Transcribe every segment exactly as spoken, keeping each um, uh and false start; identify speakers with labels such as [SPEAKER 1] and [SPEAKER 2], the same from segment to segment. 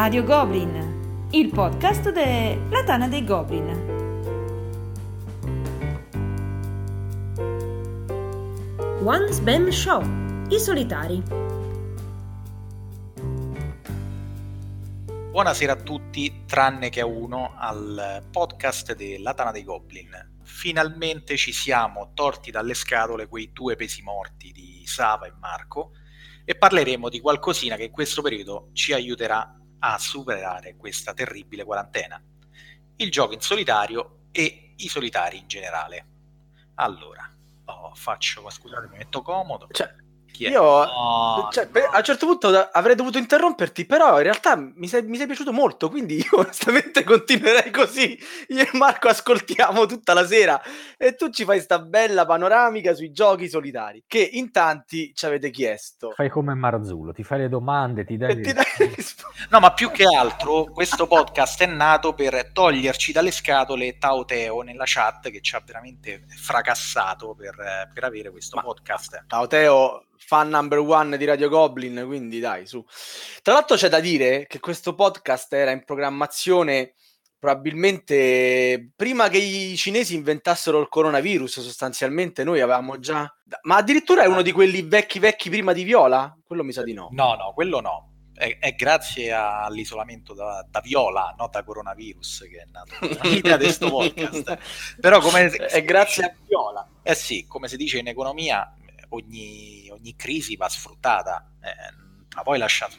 [SPEAKER 1] Radio Goblin, il podcast della Tana dei Goblin. One Sbam Show, i solitari.
[SPEAKER 2] Buonasera a tutti, tranne che a uno, al podcast della Tana dei Goblin. Finalmente ci siamo torti dalle scatole quei due pesi morti di Sava e Marco e parleremo di qualcosina che in questo periodo ci aiuterà a superare questa terribile quarantena. Il gioco in solitario e i solitari in generale. Allora, oh, faccio, scusate, mi metto comodo.
[SPEAKER 3] Cioè,
[SPEAKER 2] Chi è?
[SPEAKER 3] io
[SPEAKER 2] No,
[SPEAKER 3] cioè,
[SPEAKER 2] no.
[SPEAKER 3] per- a un certo punto da- avrei dovuto interromperti, però in realtà mi sei, mi sei piaciuto molto, quindi io onestamente continuerei così. Io e Marco ascoltiamo tutta la sera e tu ci fai sta bella panoramica sui giochi solitari che in tanti ci avete chiesto.
[SPEAKER 4] Fai come Marzullo, ti fai le domande, ti dai
[SPEAKER 3] E ti dai risposte.
[SPEAKER 2] No, ma più che altro questo podcast è nato per toglierci dalle scatole Tao Teo nella chat, che ci ha veramente fracassato per, per avere questo
[SPEAKER 3] Ma-
[SPEAKER 2] podcast.
[SPEAKER 3] Ciao Teo, fan number one di Radio Goblin, quindi dai, su. Tra l'altro c'è da dire che questo podcast era in programmazione probabilmente prima che i cinesi inventassero il coronavirus, sostanzialmente noi avevamo già... Ma addirittura è uno di quelli vecchi vecchi prima di Viola? Quello mi sa di no.
[SPEAKER 2] No, no, quello no. È, è grazie all'isolamento da, da Viola, non da coronavirus, che è nata l'idea di questo podcast. Però come
[SPEAKER 3] È grazie a Viola.
[SPEAKER 2] Eh sì, come si dice in economia, ogni, ogni crisi va sfruttata, eh, ma poi lasciata.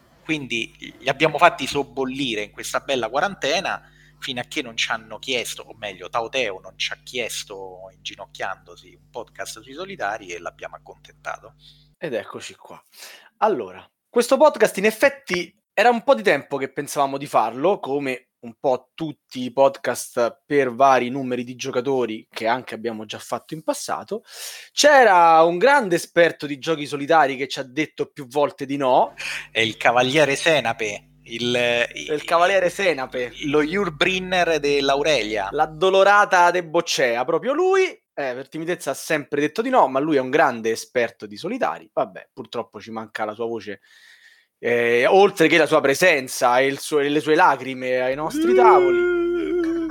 [SPEAKER 2] Quindi li abbiamo fatti sobbollire in questa bella quarantena fino a che non ci hanno chiesto, o meglio, Tao Teo non ci ha chiesto, inginocchiandosi, un podcast sui solitari e l'abbiamo accontentato.
[SPEAKER 3] Ed eccoci qua. Allora, questo podcast in effetti era un po' di tempo che pensavamo di farlo, come un po' tutti i podcast per vari numeri di giocatori che anche abbiamo già fatto in passato. C'era un grande esperto di giochi solitari che ci ha detto più volte di no,
[SPEAKER 2] È il Cavaliere Senape, il,
[SPEAKER 3] il Cavaliere Senape,
[SPEAKER 2] lo Jurbrinner dell'Aurelia.
[SPEAKER 3] l'addolorata de Boccea, proprio lui. Eh, per timidezza ha sempre detto di no, ma lui è un grande esperto di solitari. Vabbè, purtroppo ci manca la sua voce, eh, oltre che la sua presenza e il suo- le sue lacrime ai nostri tavoli.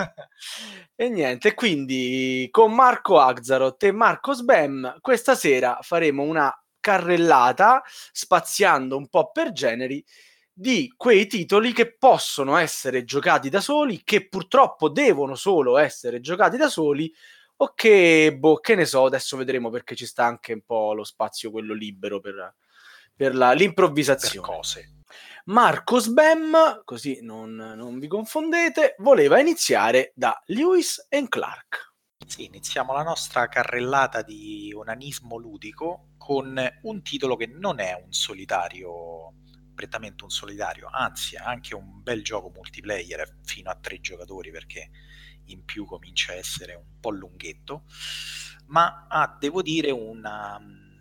[SPEAKER 3] E niente, quindi con Marco Axaroth e Marco Sbam questa sera faremo una carrellata, spaziando un po' per generi, di quei titoli che possono essere giocati da soli, che purtroppo devono solo essere giocati da soli, o che, boh, che ne so, adesso vedremo, perché ci sta anche un po' lo spazio quello libero per, per la-
[SPEAKER 2] Per
[SPEAKER 3] l'improvvisazione.
[SPEAKER 2] cose.
[SPEAKER 3] Marco Sbam, così non, non vi confondete, voleva iniziare da Lewis and Clark.
[SPEAKER 2] Sì, iniziamo la nostra carrellata di onanismo ludico con un titolo che non è un solitario, prettamente un solitario, anzi è anche un bel gioco multiplayer fino a tre giocatori, perché in più comincia a essere un po' lunghetto, ma ha, devo dire, una,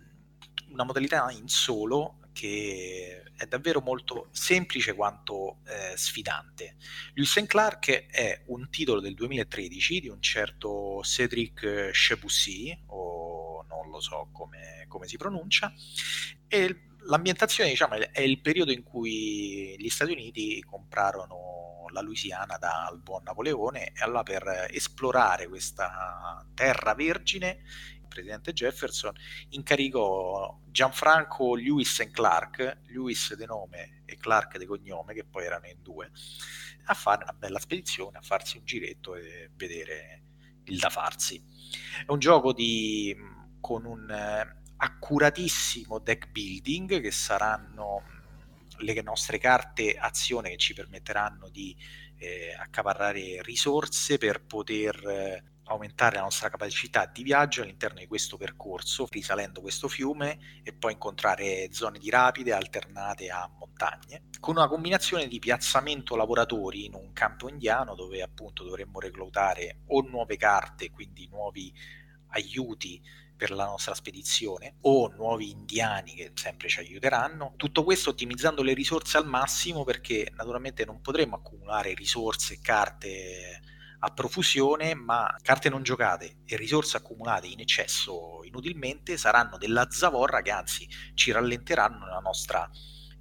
[SPEAKER 2] una modalità in solo che è davvero molto semplice quanto eh, sfidante. Lewis and Clark è un titolo del duemilatredici di un certo Cédric Chebussy, o non lo so come, come si pronuncia, e l'ambientazione, diciamo, è il periodo in cui gli Stati Uniti comprarono la Louisiana dal buon Napoleone, e allora per esplorare questa terra vergine il presidente Jefferson incaricò Gianfranco Lewis and Clark, Lewis di nome e Clark di cognome, che poi erano in due, a fare una bella spedizione, a farsi un giretto e vedere il da farsi. È un gioco di, con un eh, accuratissimo deck building, che saranno le nostre carte azione che ci permetteranno di eh, accaparrare risorse per poter eh, aumentare la nostra capacità di viaggio all'interno di questo percorso, risalendo questo fiume e poi incontrare zone di rapide alternate a montagne, con una combinazione di piazzamento lavoratori in un campo indiano, dove appunto dovremmo reclutare o nuove carte, quindi nuovi aiuti per la nostra spedizione, o nuovi indiani che sempre ci aiuteranno. Tutto questo ottimizzando le risorse al massimo, perché naturalmente non potremo accumulare risorse e carte a profusione, ma carte non giocate e risorse accumulate in eccesso inutilmente saranno della zavorra, che anzi ci rallenteranno nella nostra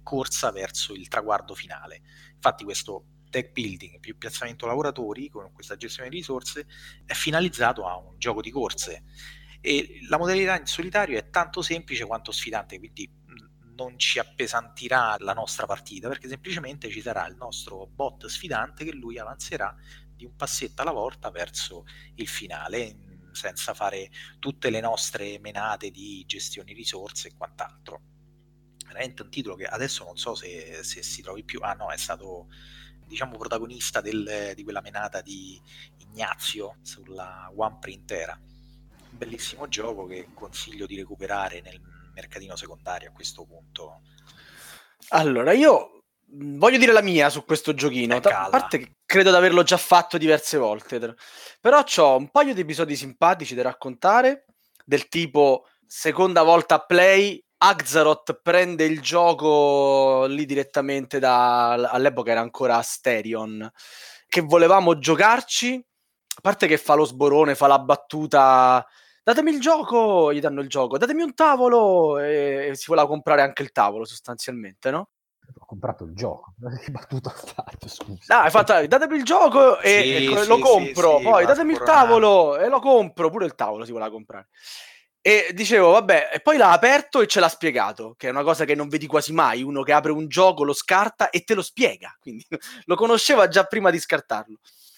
[SPEAKER 2] corsa verso il traguardo finale. Infatti questo deck building più piazzamento lavoratori con questa gestione di risorse è finalizzato a un gioco di corse, e la modalità in solitario è tanto semplice quanto sfidante, quindi non ci appesantirà la nostra partita, perché semplicemente ci sarà il nostro bot sfidante che lui avanzerà di un passetto alla volta verso il finale, senza fare tutte le nostre menate di gestione risorse e quant'altro. Veramente un titolo che adesso non so se, se si trovi più. Ah no, è stato, diciamo, protagonista del, di quella menata di Ignazio sulla One Print Era. Un bellissimo gioco che consiglio di recuperare nel mercatino secondario a questo punto.
[SPEAKER 3] Allora, io voglio dire la mia su questo giochino, a parte che credo di averlo già fatto diverse volte, però ho un paio di episodi simpatici da raccontare, del tipo seconda volta a play, Axaroth prende il gioco lì direttamente da, all'epoca era ancora Asterion, che volevamo giocarci, a parte che fa lo sborone, fa la battuta datemi il gioco, gli danno il gioco, datemi un tavolo, e, e si voleva comprare anche il tavolo sostanzialmente, no?
[SPEAKER 4] Ho comprato il gioco, che battuta ho fatto, scusa.
[SPEAKER 3] No, hai fatto, datemi il gioco e,
[SPEAKER 2] sì,
[SPEAKER 3] e
[SPEAKER 2] sì,
[SPEAKER 3] lo compro,
[SPEAKER 2] sì,
[SPEAKER 3] poi
[SPEAKER 2] sì,
[SPEAKER 3] datemi il tavolo e lo compro, pure il tavolo si voleva comprare. E dicevo, vabbè, e poi l'ha aperto e ce l'ha spiegato, che è una cosa che non vedi quasi mai, uno che apre un gioco, lo scarta e te lo spiega, quindi lo conosceva già prima di scartarlo.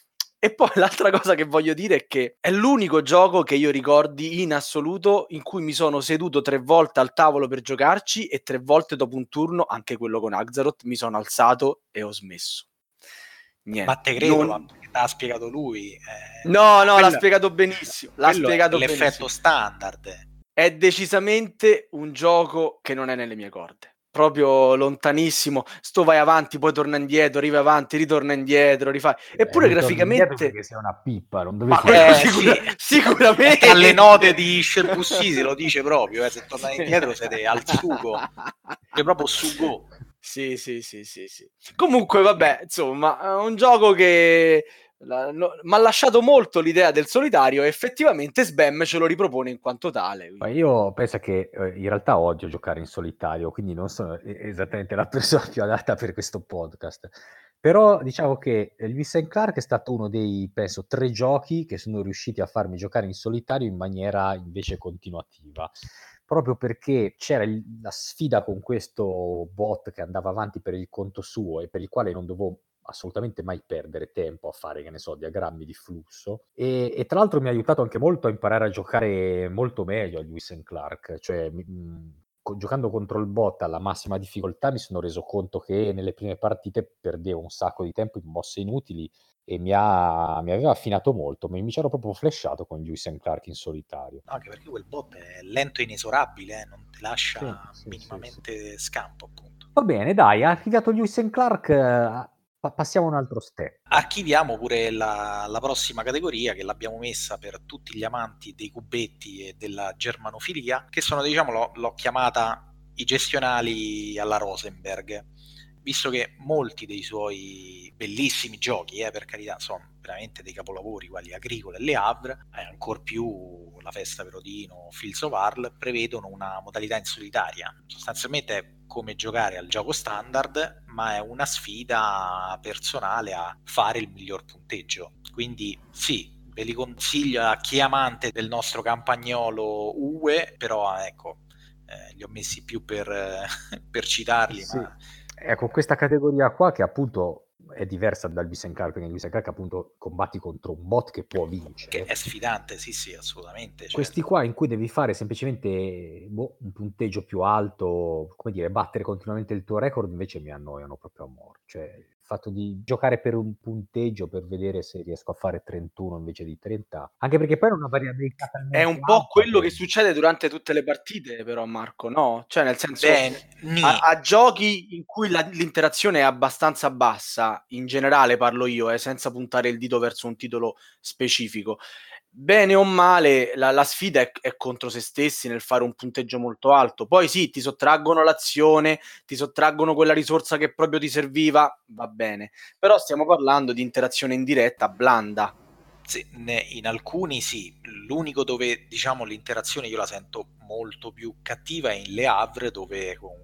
[SPEAKER 3] E poi l'altra cosa che voglio dire è che è l'unico gioco che io ricordi in assoluto in cui mi sono seduto tre volte al tavolo per giocarci e tre volte dopo un turno, anche quello con Axaroth, mi sono alzato e ho smesso. Niente.
[SPEAKER 2] Ma te credo,
[SPEAKER 3] non...
[SPEAKER 2] l'ha spiegato lui. Eh,
[SPEAKER 3] no, no,
[SPEAKER 2] quello,
[SPEAKER 3] l'ha spiegato benissimo. L'ha spiegato
[SPEAKER 2] è l'effetto
[SPEAKER 3] benissimo.
[SPEAKER 2] standard.
[SPEAKER 3] È decisamente un gioco che non è nelle mie corde. Proprio lontanissimo, sto vai avanti, poi torna indietro, arriva avanti, ritorna indietro, rifai. Eppure
[SPEAKER 4] eh,
[SPEAKER 3] graficamente
[SPEAKER 4] perché sei una pippa, non dovevi
[SPEAKER 3] ma
[SPEAKER 2] eh,
[SPEAKER 3] sicura...
[SPEAKER 2] sì.
[SPEAKER 3] sicuramente
[SPEAKER 2] Alle note di Scelbussisi lo dice proprio, eh, se tornate indietro siete al sugo, è proprio sugo.
[SPEAKER 3] Sì, sì, sì, sì, sì. Comunque vabbè, insomma, è un gioco che la, no, mi ha lasciato molto l'idea del solitario e effettivamente Sbam ce lo ripropone in quanto tale.
[SPEAKER 4] Ma io penso che eh, in realtà odio giocare in solitario, quindi non sono esattamente la persona più adatta per questo podcast. Però diciamo che Lewis and Clark è stato uno dei, penso, tre giochi che sono riusciti a farmi giocare in solitario in maniera invece continuativa. Proprio perché c'era il, la sfida con questo bot che andava avanti per il conto suo e per il quale non dovevo assolutamente mai perdere tempo a fare, che ne so, diagrammi di flusso, e, e tra l'altro mi ha aiutato anche molto a imparare a giocare molto meglio a Lewis and Clark, cioè mh, co- giocando contro il bot alla massima difficoltà mi sono reso conto che nelle prime partite perdevo un sacco di tempo in mosse inutili e mi, ha, mi aveva affinato molto, mi, mi c'ero proprio flashato con Lewis and Clark in solitario.
[SPEAKER 2] Anche perché quel bot è lento e inesorabile, eh, non ti lascia
[SPEAKER 4] sì, sì,
[SPEAKER 2] minimamente
[SPEAKER 4] sì, sì.
[SPEAKER 2] scampo, appunto.
[SPEAKER 4] Va bene, dai, ha archiviato Lewis and Clark, eh, passiamo a un altro step.
[SPEAKER 2] Archiviamo pure la, la prossima categoria, che l'abbiamo messa per tutti gli amanti dei cubetti e della germanofilia, che sono, diciamo, l'ho, l'ho chiamata i gestionali alla Rosenberg, visto che molti dei suoi bellissimi giochi, eh, per carità, sono veramente dei capolavori, quali Agricola e Le Havre, e ancor più La Festa per Odino, Fields of Arle, prevedono una modalità in solitaria. Sostanzialmente è come giocare al gioco standard, ma è una sfida personale a fare il miglior punteggio. Quindi sì, ve li consiglio a chi è amante del nostro campagnolo U E, però ecco, eh, li ho messi più per, per citarli,
[SPEAKER 4] sì.
[SPEAKER 2] ma...
[SPEAKER 4] Ecco, questa categoria qua che appunto è diversa dal Lewis and Clark, perché Lewis and Clark appunto combatti contro un bot che può vincere.
[SPEAKER 2] Che è sfidante, sì sì, assolutamente. Certo.
[SPEAKER 4] Questi qua in cui devi fare semplicemente boh, un punteggio più alto, come dire, battere continuamente il tuo record, invece mi annoiano proprio a morte. Cioè, il fatto di giocare per un punteggio per vedere se riesco a fare trentuno invece di trenta, anche perché poi è una variabilità talmente
[SPEAKER 3] è un po'
[SPEAKER 4] alta
[SPEAKER 3] quello
[SPEAKER 4] che...
[SPEAKER 3] che succede durante tutte le partite, però Marco, no? Cioè nel senso,
[SPEAKER 2] Beh,
[SPEAKER 3] a, a giochi in cui la, l'interazione è abbastanza bassa, in generale parlo io, eh, senza puntare il dito verso un titolo specifico, bene o male la, la sfida è, è contro se stessi nel fare un punteggio molto alto. Poi sì, ti sottraggono l'azione, ti sottraggono quella risorsa che proprio ti serviva, va bene, però stiamo parlando di interazione indiretta blanda.
[SPEAKER 2] Sì, in alcuni sì, l'unico dove, diciamo, l'interazione io la sento molto più cattiva è in Le Havre, dove comunque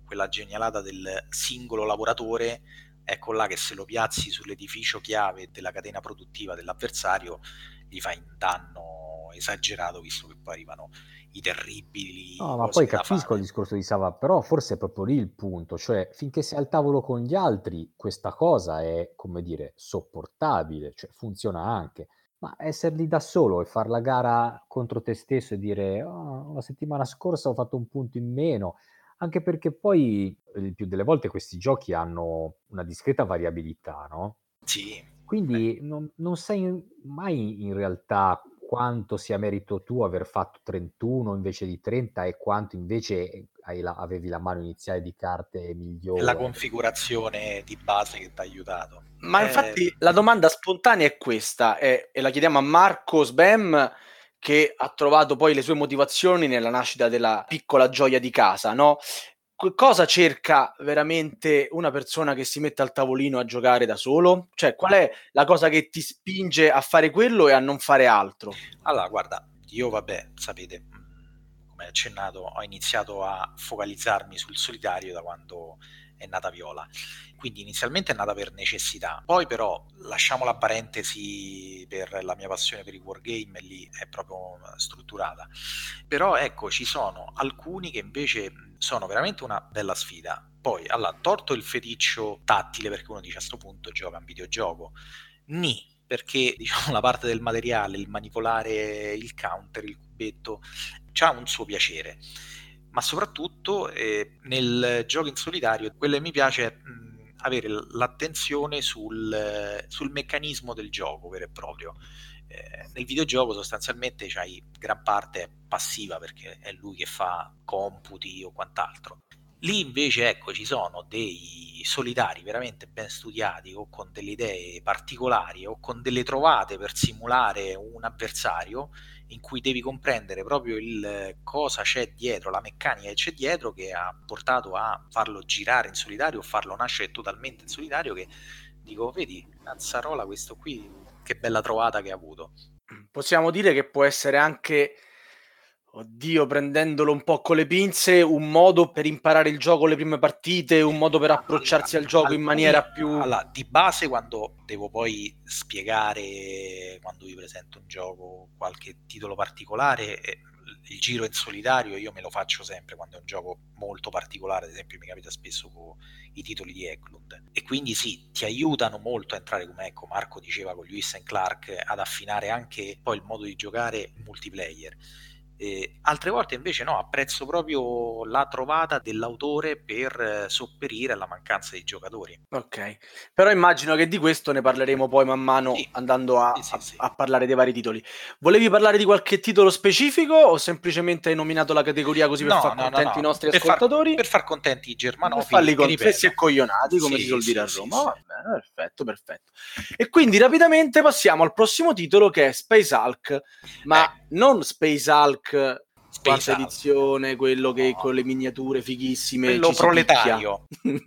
[SPEAKER 2] quella genialata del singolo lavoratore, ecco là che se lo piazzi sull'edificio chiave della catena produttiva dell'avversario gli fai un danno esagerato, visto che poi arrivano i terribili
[SPEAKER 4] No, ma
[SPEAKER 2] cose
[SPEAKER 4] poi
[SPEAKER 2] della
[SPEAKER 4] capisco il
[SPEAKER 2] fame.
[SPEAKER 4] discorso di Sava, però forse è proprio lì il punto, cioè finché sei al tavolo con gli altri questa cosa è, come dire, sopportabile, cioè funziona anche, ma essere lì da solo e far la gara contro te stesso e dire "Oh, la settimana scorsa ho fatto un punto in meno", anche perché poi il più delle volte questi giochi hanno una discreta variabilità, no?
[SPEAKER 2] Sì, beh,
[SPEAKER 4] Quindi non, non sai mai in realtà quanto sia merito tuo aver fatto trentuno invece di trenta e quanto invece hai la- avevi la mano iniziale di carte
[SPEAKER 2] è la
[SPEAKER 4] migliore.
[SPEAKER 2] configurazione di base che ti ha aiutato.
[SPEAKER 3] Ma
[SPEAKER 2] Eh,
[SPEAKER 3] infatti la domanda spontanea è questa, e, e la chiediamo a Marco Sbem, che ha trovato poi le sue motivazioni nella nascita della piccola gioia di casa, no? Que- Cosa cerca veramente una persona che si mette al tavolino a giocare da solo? Cioè, qual è la cosa che ti spinge a fare quello e a non fare altro?
[SPEAKER 2] Allora, guarda, io vabbè, sapete, mh, come accennato, ho iniziato a focalizzarmi sul solitario da quando è nata Viola. Quindi inizialmente è nata per necessità, poi però lasciamo la parentesi per la mia passione per i wargame, e lì è proprio strutturata. Però ecco, ci sono alcuni che invece mh, sono veramente una bella sfida. Poi, allora, tolto il feticcio tattile, perché uno dice a sto punto gioca un videogioco, Ni, perché diciamo la parte del materiale, il manipolare il counter, il cubetto, c'ha un suo piacere. Ma soprattutto eh, nel gioco in solitario, quello che mi piace è mh, avere l'attenzione sul, sul meccanismo del gioco vero e proprio. Eh, nel videogioco sostanzialmente c'hai gran parte è passiva perché è lui che fa computi o quant'altro. Lì invece, ecco, ci sono dei solitari veramente ben studiati o con delle idee particolari o con delle trovate per simulare un avversario in cui devi comprendere proprio il cosa c'è dietro, la meccanica che c'è dietro che ha portato a farlo girare in solitario o farlo nascere totalmente in solitario, che dico, vedi, Nazzarola questo qui, che bella trovata che ha avuto.
[SPEAKER 3] Possiamo dire che può essere anche, oddio, prendendolo un po' con le pinze, un modo per imparare il gioco le prime partite, un modo per approcciarsi al gioco in
[SPEAKER 2] Alcuni-
[SPEAKER 3] maniera più...
[SPEAKER 2] allora, di base quando devo poi spiegare, quando vi presento un gioco, qualche titolo particolare, eh, il giro in solitario io me lo faccio sempre quando è un gioco molto particolare, ad esempio mi capita spesso con i titoli di Eklund, e quindi sì, ti aiutano molto a entrare, come ecco Marco diceva con Lewis and Clark, ad affinare anche poi il modo di giocare multiplayer. Eh, altre volte invece no, apprezzo proprio la trovata dell'autore per eh, sopperire alla mancanza di giocatori.
[SPEAKER 3] Ok, però immagino che di questo ne parleremo poi man mano
[SPEAKER 2] Sì,
[SPEAKER 3] andando a,
[SPEAKER 2] sì, sì,
[SPEAKER 3] a-
[SPEAKER 2] sì.
[SPEAKER 3] a parlare dei vari titoli. Volevi parlare di qualche titolo specifico o semplicemente hai nominato la categoria così per
[SPEAKER 2] No,
[SPEAKER 3] far
[SPEAKER 2] no, no,
[SPEAKER 3] contenti i
[SPEAKER 2] no,
[SPEAKER 3] nostri
[SPEAKER 2] per far,
[SPEAKER 3] ascoltatori?
[SPEAKER 2] per far contenti i
[SPEAKER 3] Per
[SPEAKER 2] germanofili,
[SPEAKER 3] farli
[SPEAKER 2] che
[SPEAKER 3] confessi e
[SPEAKER 2] ripeto.
[SPEAKER 3] coglionati, come si
[SPEAKER 2] Sì,
[SPEAKER 3] suol dire a
[SPEAKER 2] sì,
[SPEAKER 3] Roma.
[SPEAKER 2] sì,
[SPEAKER 3] Va
[SPEAKER 2] sì.
[SPEAKER 3] bene, perfetto, perfetto. E quindi rapidamente passiamo al prossimo titolo che è Space Hulk, ma
[SPEAKER 2] Eh,
[SPEAKER 3] non Space Hulk
[SPEAKER 2] Space
[SPEAKER 3] quarta
[SPEAKER 2] Hulk.
[SPEAKER 3] edizione, quello che
[SPEAKER 2] No,
[SPEAKER 3] con le miniature fighissime
[SPEAKER 2] quello
[SPEAKER 3] ci si picchia.
[SPEAKER 2] proletario.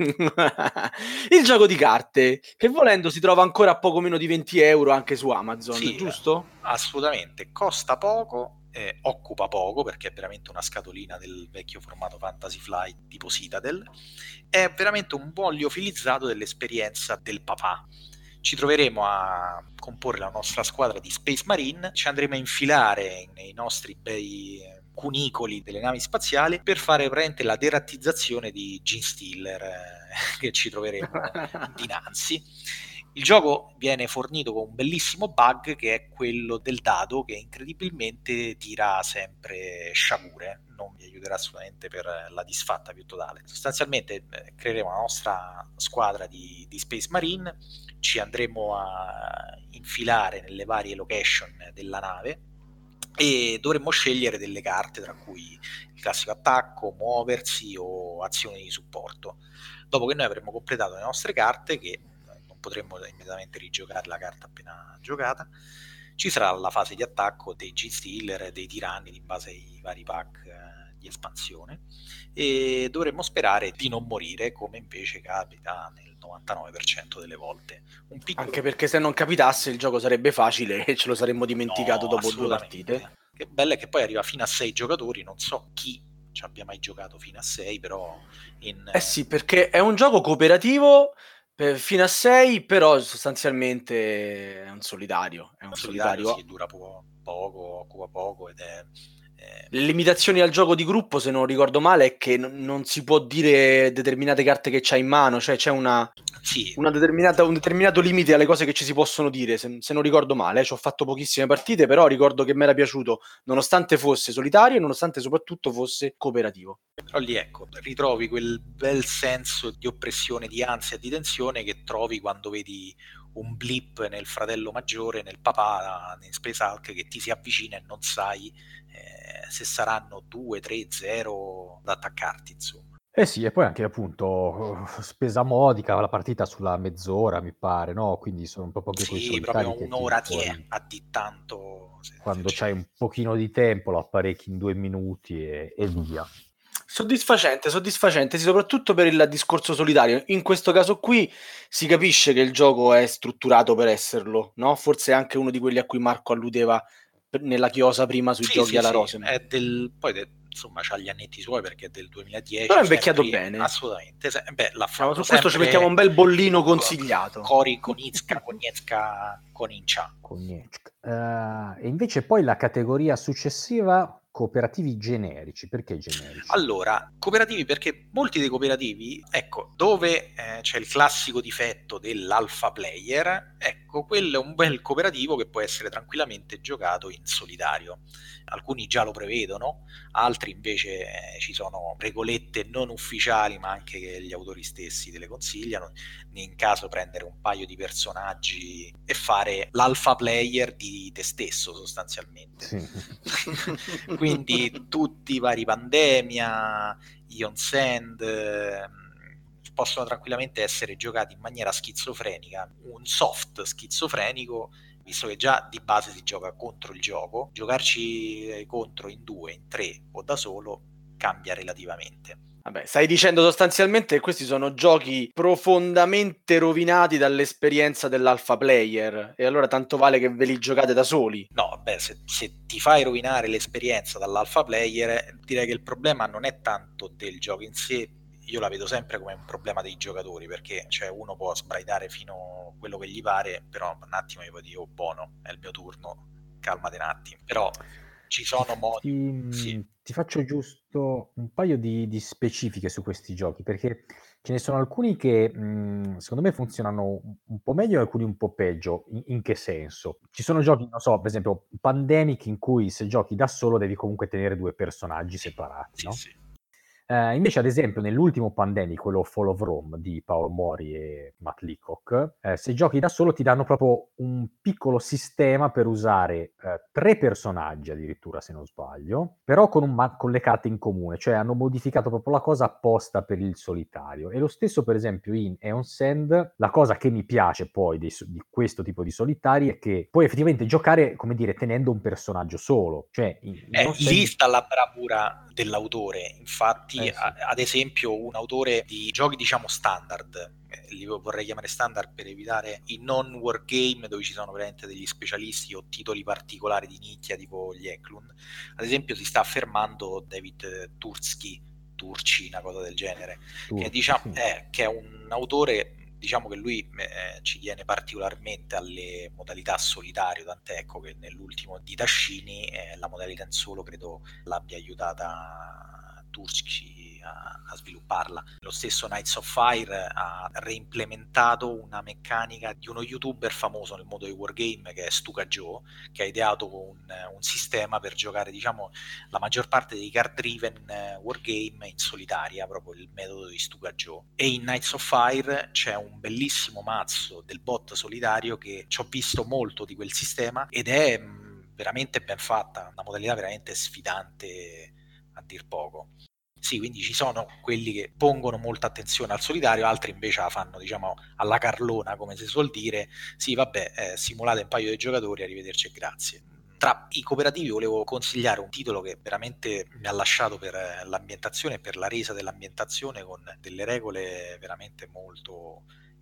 [SPEAKER 3] Il gioco di carte, che volendo si trova ancora a poco meno di venti euro anche su Amazon,
[SPEAKER 2] Sì,
[SPEAKER 3] giusto?
[SPEAKER 2] assolutamente, costa poco, eh, occupa poco perché è veramente una scatolina del vecchio formato Fantasy Flight tipo Citadel, è veramente un buon liofilizzato dell'esperienza del papà. Ci troveremo a comporre la nostra squadra di Space Marine, ci andremo a infilare nei nostri bei cunicoli delle navi spaziali per fare praticamente la derattizzazione di Gene Stiller eh, che ci troveremo dinanzi. Il gioco viene fornito con un bellissimo bug che è quello del dado che incredibilmente tira sempre sciagure, non vi aiuterà assolutamente per la disfatta più totale. Sostanzialmente eh, creeremo la nostra squadra di, di Space Marine, ci andremo a infilare nelle varie location della nave e dovremmo scegliere delle carte tra cui il classico attacco, muoversi o azioni di supporto. Dopo che noi avremo completato le nostre carte, che non potremmo immediatamente rigiocare la carta appena giocata, ci sarà la fase di attacco dei G-Stealer, dei tiranni in base ai vari pack eh, di espansione, e dovremmo sperare di non morire come invece capita nel novantanove per cento delle volte. Un piccolo...
[SPEAKER 3] Anche perché se non capitasse il gioco sarebbe facile e ce lo saremmo dimenticato
[SPEAKER 2] No,
[SPEAKER 3] dopo due partite.
[SPEAKER 2] assolutamente. Che bello è che poi arriva fino a sei giocatori, non so chi ci abbia mai giocato fino a sei, però in...
[SPEAKER 3] Eh sì, perché è un gioco cooperativo per, fino a sei, però sostanzialmente è un solitario. È un
[SPEAKER 2] un
[SPEAKER 3] solitario.
[SPEAKER 2] solitario, sì, dura po- poco, occupa poco ed è... eh,
[SPEAKER 3] Le limitazioni al gioco di gruppo, se non ricordo male, è che n- non si può dire determinate carte che c'hai in mano, cioè c'è una,
[SPEAKER 2] sì,
[SPEAKER 3] una determinata, un determinato limite alle cose che ci si possono dire, se, se non ricordo male. eh. Ci ho fatto pochissime partite, però ricordo che mi era piaciuto, nonostante fosse solitario e nonostante soprattutto fosse cooperativo.
[SPEAKER 2] però lì ecco, ritrovi quel bel senso di oppressione, di ansia, di tensione che trovi quando vedi un blip nel fratello maggiore, nel papà, in Space Hulk, che ti si avvicina e non sai eh, se saranno due, tre, zero ad attaccarti, insomma.
[SPEAKER 4] Eh sì, e poi anche appunto spesa modica, la partita sulla mezz'ora mi pare, no? Quindi sono proprio anche quei
[SPEAKER 2] Sì,
[SPEAKER 4] solitari
[SPEAKER 2] proprio
[SPEAKER 4] che
[SPEAKER 2] un'ora
[SPEAKER 4] tiri
[SPEAKER 2] ti è
[SPEAKER 4] fuori
[SPEAKER 2] a di tanto. Se,
[SPEAKER 4] quando
[SPEAKER 2] se
[SPEAKER 4] c'hai un pochino di tempo, lo apparecchi in due minuti e, e via.
[SPEAKER 3] Soddisfacente, soddisfacente, sì, soprattutto per il discorso solitario. In questo caso qui si capisce che il gioco è strutturato per esserlo, no? Forse è anche uno di quelli a cui Marco alludeva per- nella chiosa prima sui
[SPEAKER 2] sì,
[SPEAKER 3] giochi
[SPEAKER 2] sì,
[SPEAKER 3] alla
[SPEAKER 2] sì,
[SPEAKER 3] Rosemont.
[SPEAKER 2] è del, poi de- insomma c'ha gli annetti suoi perché è del duemiladieci,
[SPEAKER 3] Però è invecchiato
[SPEAKER 2] sempre,
[SPEAKER 3] bene.
[SPEAKER 2] assolutamente, se- beh, l'ha
[SPEAKER 3] Diciamo,
[SPEAKER 2] fatto
[SPEAKER 3] su questo ci
[SPEAKER 2] sempre
[SPEAKER 3] mettiamo un bel bollino
[SPEAKER 2] Co-
[SPEAKER 3] consigliato.
[SPEAKER 2] Cori Konitska, Konietzka, Konincha.
[SPEAKER 4] Konietzk. Eh, e invece poi la categoria successiva, cooperativi generici. Perché generici?
[SPEAKER 2] Allora, cooperativi perché molti dei cooperativi, ecco, dove eh, c'è il classico difetto dell'alpha player, ecco, quello è un bel cooperativo che può essere tranquillamente giocato in solitario. Alcuni già lo prevedono, altri invece eh, ci sono regolette non ufficiali, ma anche che gli autori stessi te le consigliano, in caso prendere un paio di personaggi e fare l'alpha player di te stesso sostanzialmente.
[SPEAKER 4] Sì.
[SPEAKER 2] Quindi tutti i vari Pandemia, Ion Sand eh, possono tranquillamente essere giocati in maniera schizofrenica, un soft schizofrenico, visto che già di base si gioca contro il gioco, giocarci contro in due, in tre o da solo cambia relativamente.
[SPEAKER 3] Vabbè, stai dicendo sostanzialmente che questi sono giochi profondamente rovinati dall'esperienza dell'alpha player e allora tanto vale che ve li giocate da soli.
[SPEAKER 2] No, beh, se, se ti fai rovinare l'esperienza dall'alpha player, direi che il problema non è tanto del gioco in sé, io la vedo sempre come un problema dei giocatori, perché cioè, uno può sbraitare fino a quello che gli pare, però un attimo io poi dico, oh, buono, è il mio turno, calmate un attimo. Però ci sono modi...
[SPEAKER 4] Ti,
[SPEAKER 2] Sì.
[SPEAKER 4] ti faccio giusto un paio di, di specifiche su questi giochi, perché ce ne sono alcuni che mh, secondo me funzionano un po' meglio e alcuni un po' peggio. In, in che senso? Ci sono giochi, non so, per esempio Pandemic, in cui se giochi da solo devi comunque tenere due personaggi
[SPEAKER 2] Sì,
[SPEAKER 4] separati,
[SPEAKER 2] sì,
[SPEAKER 4] no?
[SPEAKER 2] sì.
[SPEAKER 4] Eh, invece, ad esempio, nell'ultimo Pandemic, quello Fall of Rome di Paolo Mori e Matt Leacock, eh, se giochi da solo ti danno proprio un piccolo sistema per usare eh, tre personaggi addirittura, se non sbaglio, però con, un ma- con le carte in comune, cioè hanno modificato proprio la cosa apposta per il solitario. E lo stesso, per esempio, in Aeon Sand, la cosa che mi piace poi di, di questo tipo di solitari è che puoi effettivamente giocare, come dire, tenendo un personaggio solo. Cioè, in, in
[SPEAKER 2] Eh,
[SPEAKER 4] Aeon Sand...
[SPEAKER 2] lì sta la bravura dell'autore, infatti
[SPEAKER 4] Eh, sì.
[SPEAKER 2] a, ad esempio un autore di giochi diciamo standard, eh, li vorrei chiamare standard per evitare i non wargame dove ci sono veramente degli specialisti o titoli particolari di nicchia tipo gli Eklund, ad esempio si sta affermando David Turski, Turci, una cosa del genere,
[SPEAKER 4] Turci,
[SPEAKER 2] che, diciamo,
[SPEAKER 4] sì.
[SPEAKER 2] è, che è un autore, diciamo che lui eh, ci tiene particolarmente alle modalità solitario, tant'è ecco che nell'ultimo di Tascini eh, la modalità in solo credo l'abbia aiutata Turci a, a svilupparla. Lo stesso Nights of Fire ha reimplementato una meccanica di uno youtuber famoso nel mondo dei wargame che è Stuka Joe, che ha ideato un, un sistema per giocare diciamo la maggior parte dei card driven wargame in solitaria, proprio il metodo di Stuka Joe. E in Nights of Fire c'è un bellissimo mazzo del bot solitario che ci ho visto molto di quel sistema ed è mh, veramente ben fatta, una modalità veramente sfidante a dir poco. Sì, quindi ci sono quelli che pongono molta attenzione al solitario, altri invece la fanno, diciamo, alla carlona, come si suol dire. Sì, vabbè, eh, simulate un paio di giocatori, arrivederci e grazie. Tra i cooperativi volevo consigliare un titolo che veramente mi ha lasciato per l'ambientazione e per la resa dell'ambientazione, con delle regole veramente molto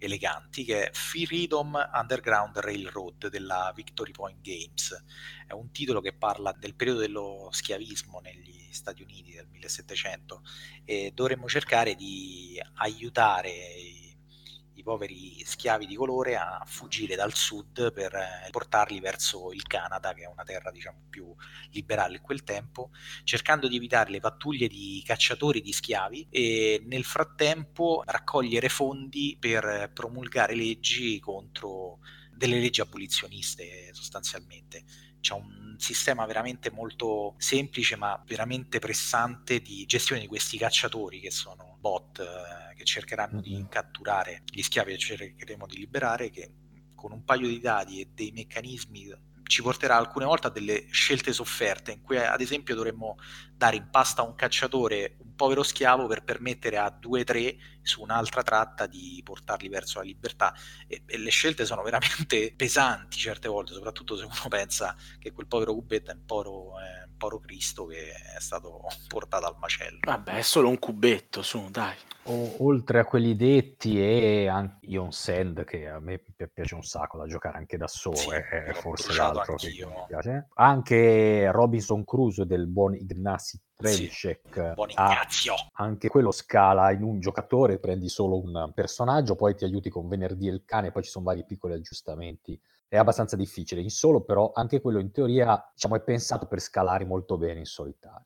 [SPEAKER 2] eleganti, che è Freedom Underground Railroad della Victory Point Games. È un titolo che parla del periodo dello schiavismo negli Stati Uniti del millesettecento, e dovremmo cercare di aiutare i, i poveri schiavi di colore a fuggire dal sud per eh, portarli verso il Canada, che è una terra diciamo più liberale in quel tempo, cercando di evitare le pattuglie di cacciatori di schiavi e nel frattempo raccogliere fondi per promulgare leggi contro delle leggi abolizioniste sostanzialmente. C'è un sistema veramente molto semplice ma veramente pressante di gestione di questi cacciatori, che sono bot eh, che cercheranno mm-hmm. di catturare gli schiavi che cercheremo di liberare, che con un paio di dadi e dei meccanismi ci porterà alcune volte a delle scelte sofferte, in cui ad esempio dovremmo dare in pasta a un cacciatore un povero schiavo per permettere a due o tre su un'altra tratta di portarli verso la libertà, e, e le scelte sono veramente pesanti certe volte, soprattutto se uno pensa che quel povero cubetto è un povero, eh, un povero Cristo che è stato portato al macello.
[SPEAKER 3] Vabbè, è solo un cubetto, su, dai.
[SPEAKER 4] O, oltre a quelli detti, e anche Ion Sand, che a me piace un sacco da giocare anche da solo, sì, è, è forse l'altro che mi piace. Anche Robinson Crusoe del buon Ignacy Trzewiczek,
[SPEAKER 2] sì, buon Ignazio.
[SPEAKER 4] Anche quello scala in un giocatore, prendi solo un personaggio, poi ti aiuti con Venerdì e il cane, poi ci sono vari piccoli aggiustamenti. È abbastanza difficile in solo, però anche quello in teoria diciamo è pensato per scalare molto bene in solitario.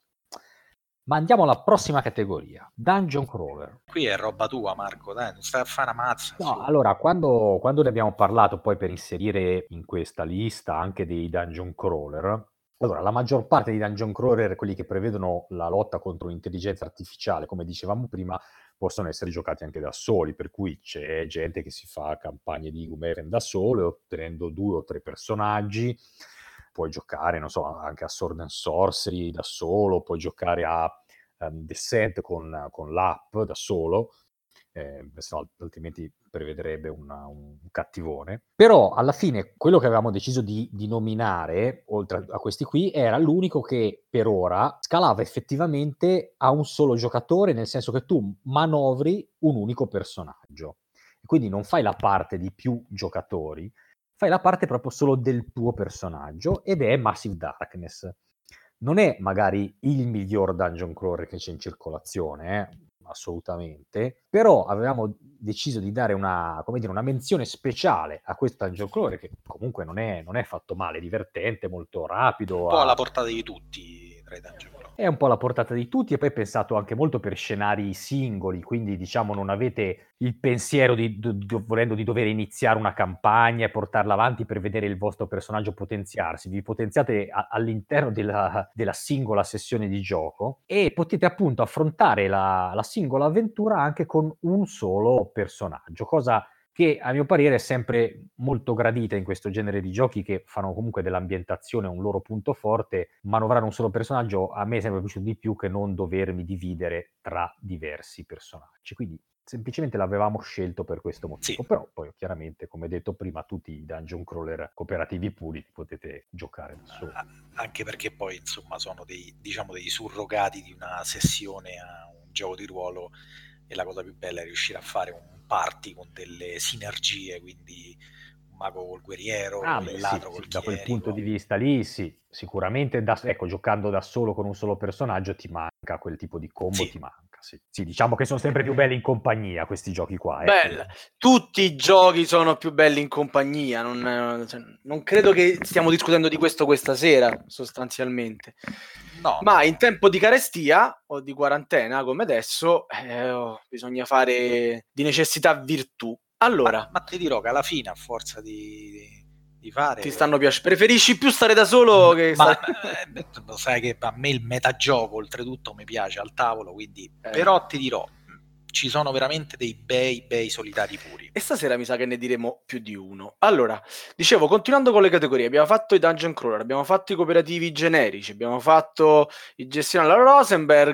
[SPEAKER 4] Ma andiamo alla prossima categoria, Dungeon Crawler.
[SPEAKER 2] Qui è roba tua, Marco, dai, non stai a fare una mazza.
[SPEAKER 4] No, su. Allora, quando, quando ne abbiamo parlato poi per inserire in questa lista anche dei Dungeon Crawler, allora, la maggior parte dei Dungeon Crawler, quelli che prevedono la lotta contro l'intelligenza artificiale, come dicevamo prima, possono essere giocati anche da soli, per cui c'è gente che si fa campagne di Gloomhaven da solo, ottenendo due o tre personaggi. Puoi giocare, non so, anche a Sword and Sorcery da solo, puoi giocare a um, Descent con, con l'app da solo, eh, se no, altrimenti prevederebbe una, un cattivone. Però alla fine quello che avevamo deciso di, di nominare, oltre a questi qui, era l'unico che per ora scalava effettivamente a un solo giocatore, nel senso che tu manovri un unico personaggio. E quindi non fai la parte di più giocatori, fai la parte proprio solo del tuo personaggio, ed è Massive Darkness. Non è magari il miglior dungeon crawler che c'è in circolazione, eh? Assolutamente, però avevamo deciso di dare una, come dire, una menzione speciale a questo dungeon crawler, che comunque non è, non è fatto male, divertente, molto rapido.
[SPEAKER 2] Un po' alla portata di tutti tra i dungeon crawler.
[SPEAKER 4] È un po' alla portata di tutti, e poi è pensato anche molto per scenari singoli, quindi diciamo non avete il pensiero di, di, di volendo di dover iniziare una campagna e portarla avanti per vedere il vostro personaggio potenziarsi. Vi potenziate a, all'interno della, della singola sessione di gioco, e potete appunto affrontare la, la singola avventura anche con un solo personaggio, cosa che a mio parere è sempre molto gradita in questo genere di giochi, che fanno comunque dell'ambientazione un loro punto forte. Manovrare un solo personaggio a me è sempre piaciuto di più che non dovermi dividere tra diversi personaggi, quindi semplicemente l'avevamo scelto per questo motivo. Sì. Però poi chiaramente, come detto prima, tutti i dungeon crawler cooperativi puri potete giocare da soli.
[SPEAKER 2] Anche perché poi insomma sono dei, diciamo, dei surrogati di una sessione a un gioco di ruolo, e la cosa più bella è riuscire a fare un party con delle sinergie, quindi un mago col guerriero,
[SPEAKER 4] ah,
[SPEAKER 2] il
[SPEAKER 4] beh,
[SPEAKER 2] ladro
[SPEAKER 4] sì,
[SPEAKER 2] col
[SPEAKER 4] sì, da quel
[SPEAKER 2] chierico.
[SPEAKER 4] punto di vista lì sì, sicuramente da, ecco, giocando da solo con un solo personaggio ti manca quel tipo di combo, sì. ti manca sì. Sì, diciamo che sono sempre più belli in compagnia questi giochi qua, eh.
[SPEAKER 3] Bella. Tutti i giochi sono più belli in compagnia, non, cioè, non credo che stiamo discutendo di questo questa sera sostanzialmente. No, ma in tempo di carestia o di quarantena come adesso eh, oh, bisogna fare di necessità virtù. Allora,
[SPEAKER 2] ma, ma ti dirò che alla fine, a forza di, di fare,
[SPEAKER 3] ti stanno piacendo, preferisci più stare da solo che
[SPEAKER 2] ma
[SPEAKER 3] stare...
[SPEAKER 2] eh, lo sai che a me il metagioco oltretutto mi piace al tavolo, quindi eh. però ti dirò, ci sono veramente dei bei bei solitari puri.
[SPEAKER 3] E stasera mi sa che ne diremo più di uno. Allora, dicevo, continuando con le categorie, abbiamo fatto i dungeon crawler, abbiamo fatto i cooperativi generici, abbiamo fatto i gestionali alla Rosenberg.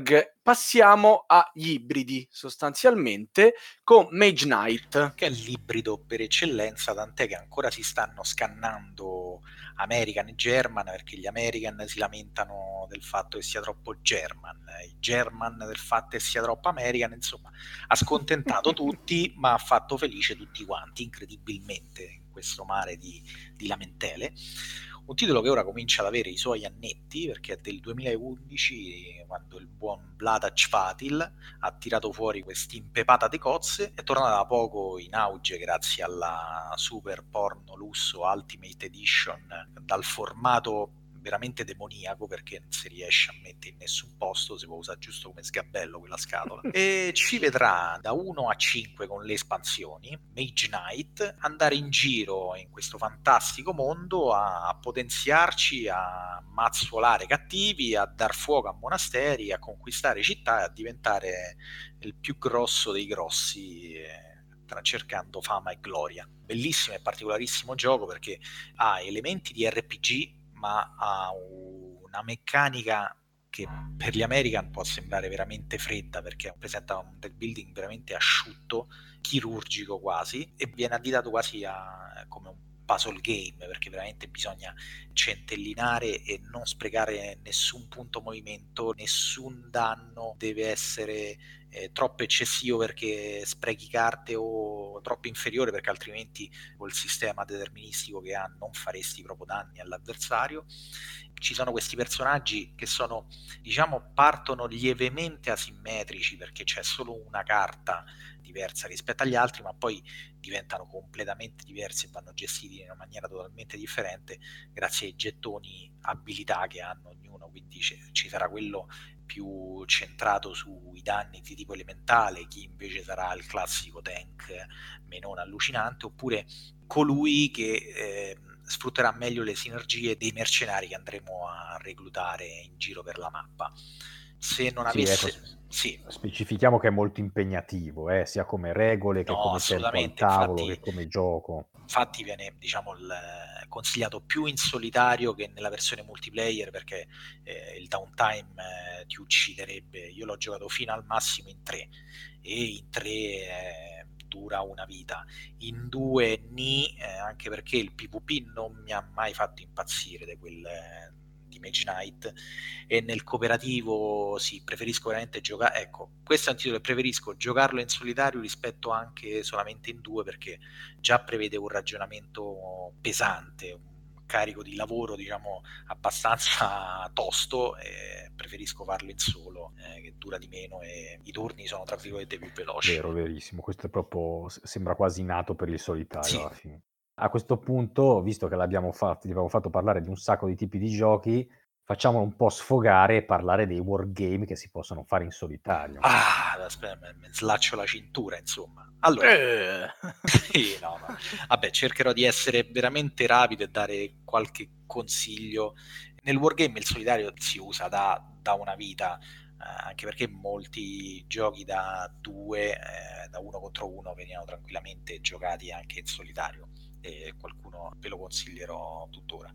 [SPEAKER 3] passiamo agli ibridi, sostanzialmente, con Mage Knight.
[SPEAKER 2] Che è l'ibrido per eccellenza, tant'è che ancora si stanno scannando American e German, perché gli American si lamentano del fatto che sia troppo German, i German del fatto che sia troppo American, insomma, ha scontentato tutti, ma ha fatto felice tutti quanti, incredibilmente, in questo mare di, di lamentele. Un titolo che ora comincia ad avere i suoi annetti, perché è del duemilaundici, quando il buon Vlaada Chvátil ha tirato fuori quest'impepata di cozze. È tornata da poco in auge grazie alla super porno lusso Ultimate Edition, dal formato veramente demoniaco, perché non si riesce a mettere in nessun posto, si può usare giusto come sgabello quella scatola, e ci vedrà da uno a cinque con le espansioni Mage Knight andare in giro in questo fantastico mondo a potenziarci, a mazzuolare cattivi, a dar fuoco a monasteri, a conquistare città e a diventare il più grosso dei grossi, eh, cercando fama e gloria. Bellissimo e particolarissimo gioco, perché ha elementi di R P G ma ha una meccanica che per gli American può sembrare veramente fredda, perché presenta un deck building veramente asciutto, chirurgico quasi, e viene additato quasi a, come un puzzle game, perché veramente bisogna centellinare e non sprecare nessun punto movimento, nessun danno deve essere eh, troppo eccessivo perché sprechi carte, o troppo inferiore perché altrimenti col sistema deterministico che ha non faresti proprio danni all'avversario. Ci sono questi personaggi che sono, diciamo, partono lievemente asimmetrici perché c'è solo una carta diversa rispetto agli altri, ma poi diventano completamente diversi e vanno gestiti in una maniera totalmente differente grazie ai gettoni abilità che hanno ognuno. Quindi ci sarà quello più centrato sui danni di tipo elementale, chi invece sarà il classico tank menone allucinante, oppure colui che eh, sfrutterà meglio le sinergie dei mercenari che andremo a reclutare in giro per la mappa. Se non avesse...
[SPEAKER 4] Sì, ecco,
[SPEAKER 2] sì.
[SPEAKER 4] Specifichiamo che è molto impegnativo, eh, sia come regole che
[SPEAKER 2] no,
[SPEAKER 4] come tempo al tavolo,
[SPEAKER 2] infatti,
[SPEAKER 4] che come gioco.
[SPEAKER 2] Infatti viene, diciamo, il, consigliato più in solitario che nella versione multiplayer, perché eh, il downtime eh, ti ucciderebbe. Io l'ho giocato fino al massimo in tre, e in tre eh, dura una vita, in due ni, eh, anche perché il PvP non mi ha mai fatto impazzire di quel... Eh, di Mage Knight, e nel cooperativo sì, preferisco veramente giocare, ecco, questo è un titolo che preferisco giocarlo in solitario rispetto anche solamente in due, perché già prevede un ragionamento pesante, un carico di lavoro, diciamo, abbastanza tosto, e preferisco farlo in solo, eh, che dura di meno e i turni sono tra virgolette più veloci.
[SPEAKER 4] Vero, verissimo, questo è proprio, sembra quasi nato per il solitario,
[SPEAKER 2] sì.
[SPEAKER 4] alla fine. A questo punto, visto che l'abbiamo fatto, gli abbiamo fatto parlare di un sacco di tipi di giochi, facciamolo un po' sfogare e parlare dei wargame che si possono fare in solitario.
[SPEAKER 2] Ah, aspetta, mi slaccio la cintura, insomma. Allora,
[SPEAKER 3] eh.
[SPEAKER 2] sì, no, no. Vabbè, cercherò di essere veramente rapido e dare qualche consiglio. Nel wargame il solitario si usa da, da una vita, eh, anche perché molti giochi da due, eh, da uno contro uno, venivano tranquillamente giocati anche in solitario, e qualcuno ve lo consiglierò tuttora.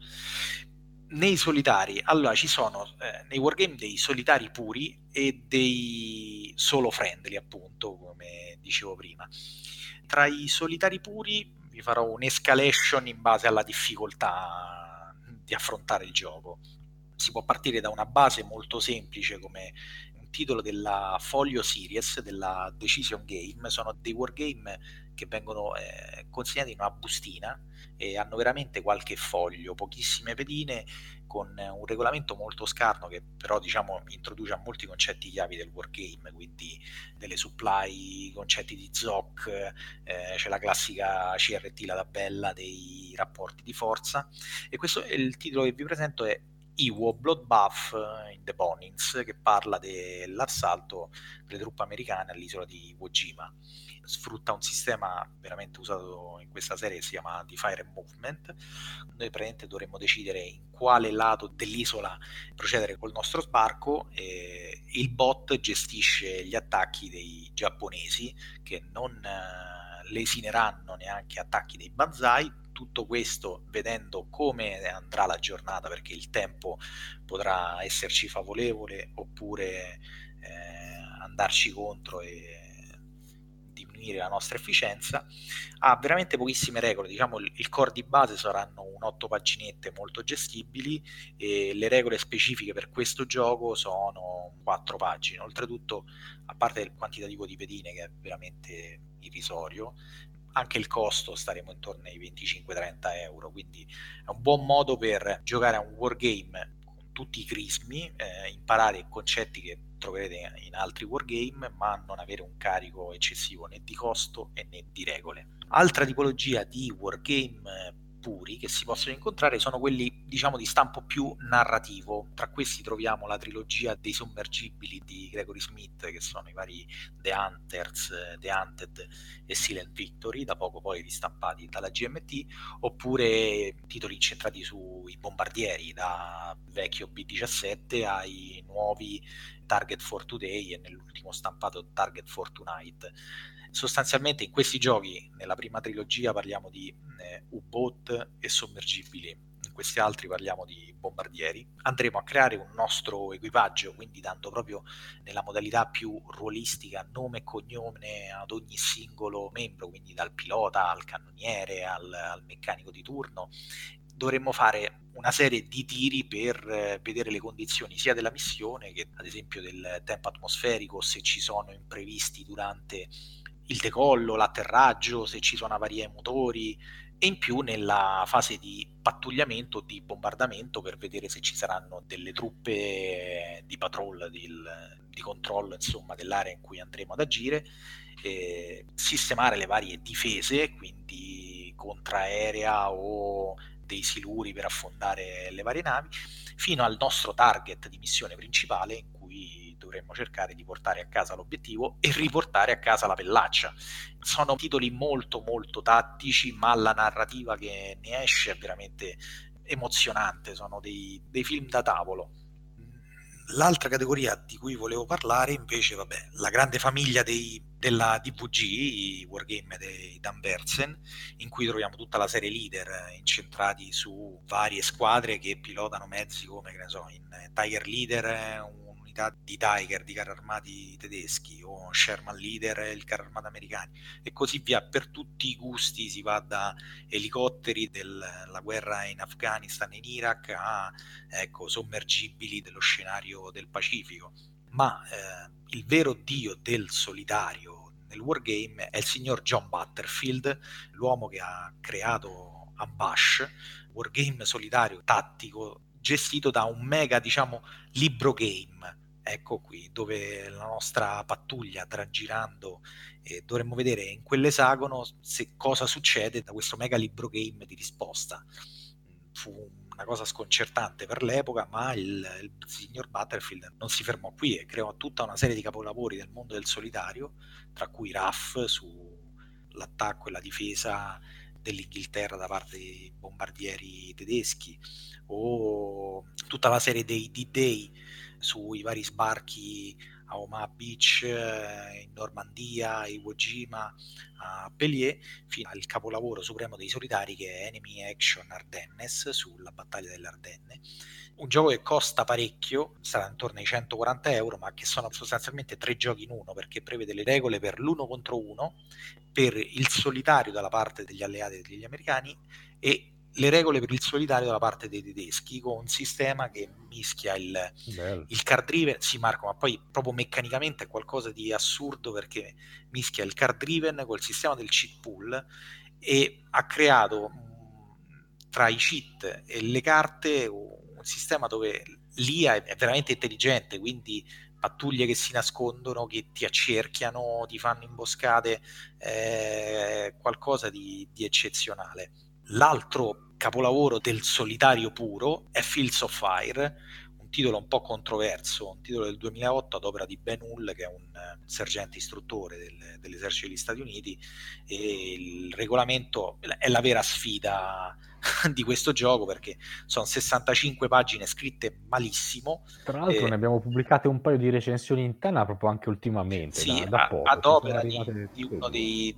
[SPEAKER 2] Nei solitari, allora ci sono eh, nei wargame dei solitari puri e dei solo friendly, appunto, come dicevo prima. Tra i solitari puri vi farò un'escalation in base alla difficoltà di affrontare il gioco. Si può partire da una base molto semplice, come un titolo della Folio Series, della Decision Game. Sono dei wargame che vengono eh, consegnati in una bustina e hanno veramente qualche foglio, pochissime pedine, con un regolamento molto scarno, che però, diciamo, introduce a molti concetti chiavi del wargame, quindi delle supply, concetti di Z O C, eh, c'è la classica C R T, la tabella dei rapporti di forza. E questo è il titolo che vi presento, è I W O Bloodbath in the Bonings, che parla dell'assalto delle truppe americane all'isola di Iwo Jima. Sfrutta un sistema veramente usato in questa serie che si chiama Fire and Movement. Noi praticamente dovremmo decidere in quale lato dell'isola procedere col nostro sbarco, e il bot gestisce gli attacchi dei giapponesi, che non eh, lesineranno neanche attacchi dei banzai. Tutto questo vedendo come andrà la giornata, perché il tempo potrà esserci favorevole oppure eh, andarci contro e diminuire la nostra efficienza. Ha veramente pochissime regole, diciamo il, il core di base saranno un otto paginette molto gestibili e le regole specifiche per questo gioco sono quattro pagine. Oltretutto, a parte il quantitativo di pedine che è veramente irrisorio, anche il costo staremo intorno ai venticinque trenta euro, quindi è un buon modo per giocare a un wargame con tutti i crismi, eh, imparare concetti che troverete in altri wargame, ma non avere un carico eccessivo né di costo e né di regole. Altra tipologia di wargame puri che si possono incontrare sono quelli, diciamo, di stampo più narrativo. Tra questi troviamo la trilogia dei sommergibili di Gregory Smith, che sono i vari The Hunters, The Hunted e Silent Victory, da poco poi ristampati dalla G M T, oppure titoli incentrati sui bombardieri, da vecchio B diciassette ai nuovi Target for Today e nell'ultimo stampato Target for Tonight. Sostanzialmente in questi giochi, nella prima trilogia parliamo di eh, U-boat e sommergibili, in questi altri parliamo di bombardieri. Andremo a creare un nostro equipaggio, quindi dando proprio nella modalità più ruolistica nome e cognome ad ogni singolo membro, quindi dal pilota al cannoniere al, al meccanico di turno. Dovremmo fare una serie di tiri per eh, vedere le condizioni sia della missione che ad esempio del tempo atmosferico, se ci sono imprevisti durante il decollo, l'atterraggio, se ci sono avarie ai motori, e in più nella fase di pattugliamento, di bombardamento, per vedere se ci saranno delle truppe di patrol, di, di controllo insomma dell'area in cui andremo ad agire, eh, sistemare le varie difese, quindi contraerea o dei siluri per affondare le varie navi, fino al nostro target di missione principale, in cui dovremmo cercare di portare a casa l'obiettivo e riportare a casa la pellaccia. Sono titoli molto molto tattici, ma la narrativa che ne esce è veramente emozionante, sono dei, dei film da tavolo. L'altra categoria di cui volevo parlare invece, vabbè, la grande famiglia dei, della D V G, i wargame dei Dan Bersen, in cui troviamo tutta la serie leader incentrati su varie squadre che pilotano mezzi come, che ne so, in Tiger Leader, un'unità di Tiger, di carri armati tedeschi, o Sherman Leader, il carro armato americani, e così via. Per tutti i gusti si va da elicotteri della guerra in Afghanistan e in Iraq a ecco, sommergibili dello scenario del Pacifico. Ma eh, il vero dio del solitario nel wargame è il signor John Butterfield, l'uomo che ha creato Ambush, wargame solitario tattico gestito da un mega, diciamo, libro game. Ecco qui, dove la nostra pattuglia andrà girando e dovremmo vedere in quell'esagono se cosa succede da questo mega libro game di risposta. Fu una cosa sconcertante per l'epoca, ma il, il signor Butterfield non si fermò qui e creò tutta una serie di capolavori del mondo del solitario, tra cui R A F sull'attacco e la difesa dell'Inghilterra da parte dei bombardieri tedeschi, o tutta la serie dei D-Day sui vari sbarchi a Omaha Beach, in Normandia, a Iwo Jima, a Pellier, fino al capolavoro supremo dei solitari che è Enemy Action Ardennes, sulla battaglia delle Ardenne. Un gioco che costa parecchio, sarà intorno ai centoquaranta euro, ma che sono sostanzialmente tre giochi in uno, perché prevede le regole per l'uno contro uno, per il solitario dalla parte degli alleati degli americani e le regole per il solitario dalla parte dei tedeschi, con un sistema che mischia il, il card driven, sì Marco, ma poi proprio meccanicamente è qualcosa di assurdo, perché mischia il card driven col sistema del cheat pool e ha creato mh, tra i cheat e le carte un sistema dove l'I A è, è veramente intelligente, quindi pattuglie che si nascondono, che ti accerchiano, ti fanno imboscate, eh, qualcosa di, di eccezionale. L'altro capolavoro del solitario puro è Fields of Fire, un titolo un po' controverso, un titolo del duemilaotto ad opera di Ben Hull, che è un sergente istruttore del, dell'esercito degli Stati Uniti, e il regolamento è la vera sfida di questo gioco, perché sono sessantacinque pagine scritte malissimo.
[SPEAKER 4] Tra l'altro eh, ne abbiamo pubblicate un paio di recensioni in Tana proprio anche ultimamente,
[SPEAKER 2] sì,
[SPEAKER 4] da, da poco.
[SPEAKER 2] ad opera di, di uno dei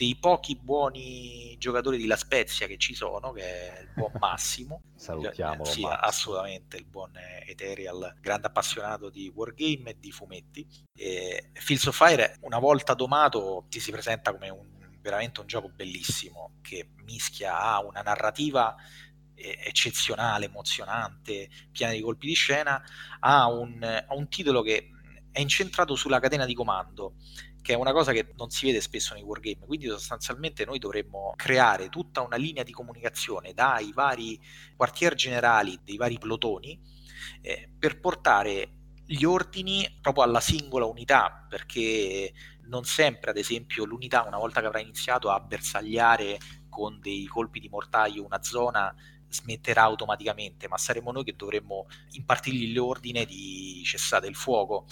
[SPEAKER 2] dei pochi buoni giocatori di La Spezia che ci sono, che è il buon Massimo.
[SPEAKER 4] Salutiamolo,
[SPEAKER 2] sì,
[SPEAKER 4] Massimo.
[SPEAKER 2] assolutamente, il buon Ethereal, grande appassionato di wargame e di fumetti. E Fields of Fire, una volta domato, ti si presenta come un, veramente un gioco bellissimo, che mischia a una narrativa eccezionale, emozionante, piena di colpi di scena, ha un, ha un titolo che è incentrato sulla catena di comando, che è una cosa che non si vede spesso nei wargame, quindi sostanzialmente noi dovremmo creare tutta una linea di comunicazione dai vari quartier generali dei vari plotoni eh, per portare gli ordini proprio alla singola unità, perché non sempre, ad esempio, l'unità, una volta che avrà iniziato a bersagliare con dei colpi di mortaio una zona, smetterà automaticamente, ma saremo noi che dovremmo impartirgli l'ordine di cessate il fuoco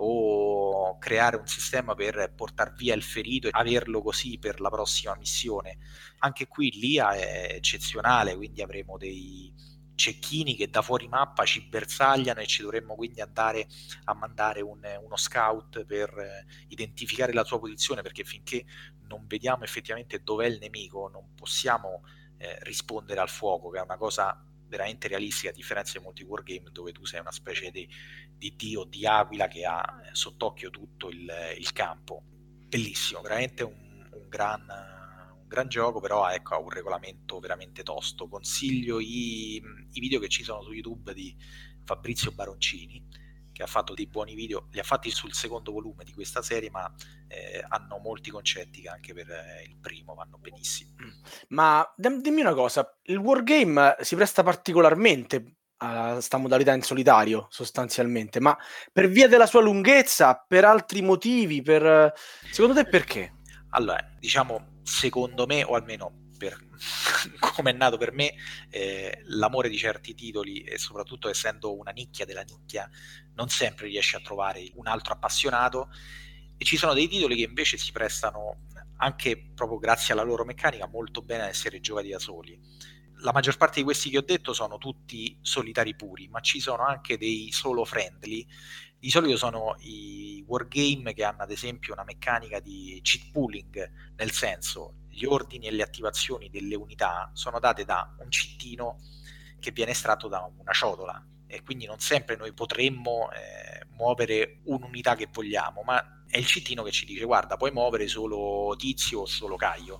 [SPEAKER 2] o creare un sistema per portar via il ferito e averlo così per la prossima missione. Anche qui l'I A è eccezionale, quindi avremo dei cecchini che da fuori mappa ci bersagliano e ci dovremmo quindi andare a mandare un, uno scout per eh, identificare la sua posizione, perché finché non vediamo effettivamente dov'è il nemico non possiamo eh, rispondere al fuoco, che è una cosa veramente realistica, a differenza di molti wargame dove tu sei una specie di, di dio, di aquila che ha sott'occhio tutto il, il campo. Bellissimo, veramente un, un gran gran gioco, però ecco, ha un regolamento veramente tosto. Consiglio i, i video che ci sono su YouTube di Fabrizio Baroncini, che ha fatto dei buoni video, li ha fatti sul secondo volume di questa serie, ma eh, hanno molti concetti che anche per eh, il primo vanno benissimo.
[SPEAKER 3] Ma dimmi una cosa, il wargame si presta particolarmente a sta modalità in solitario sostanzialmente, ma per via della sua lunghezza, per altri motivi, per secondo te perché?
[SPEAKER 2] Allora, diciamo, secondo me, o almeno per come è nato per me, eh, l'amore di certi titoli, e soprattutto essendo una nicchia della nicchia, non sempre riesce a trovare un altro appassionato, e ci sono dei titoli che invece si prestano, anche proprio grazie alla loro meccanica, molto bene a essere giocati da soli. La maggior parte di questi che ho detto sono tutti solitari puri, ma ci sono anche dei solo friendly. Di solito sono i wargame che hanno ad esempio una meccanica di cheat pooling, nel senso gli ordini e le attivazioni delle unità sono date da un cittino che viene estratto da una ciotola, e quindi non sempre noi potremmo eh, muovere un'unità che vogliamo, ma è il cittino che ci dice guarda, puoi muovere solo Tizio o solo Caio.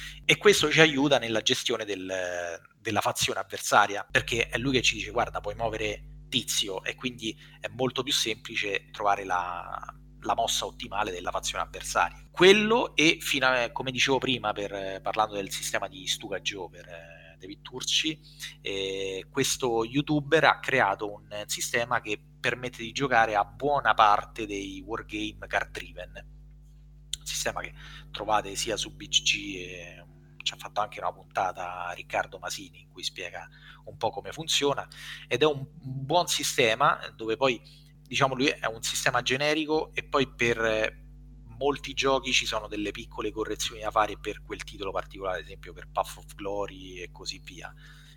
[SPEAKER 2] E questo ci aiuta nella gestione del, della fazione avversaria, perché è lui che ci dice guarda, puoi muovere Tizio, e quindi è molto più semplice trovare la, la mossa ottimale della fazione avversaria. Quello, e fino a, come dicevo prima, per, parlando del sistema di Stukaggio per eh, David Turci, eh, questo youtuber ha creato un sistema che permette di giocare a buona parte dei wargame card driven, sistema che trovate sia su B G G, e ci ha fatto anche una puntata Riccardo Masini in cui spiega un po' come funziona, ed è un buon sistema dove poi, diciamo, lui è un sistema generico e poi per molti giochi ci sono delle piccole correzioni da fare per quel titolo particolare, ad esempio per Path of Glory e così via,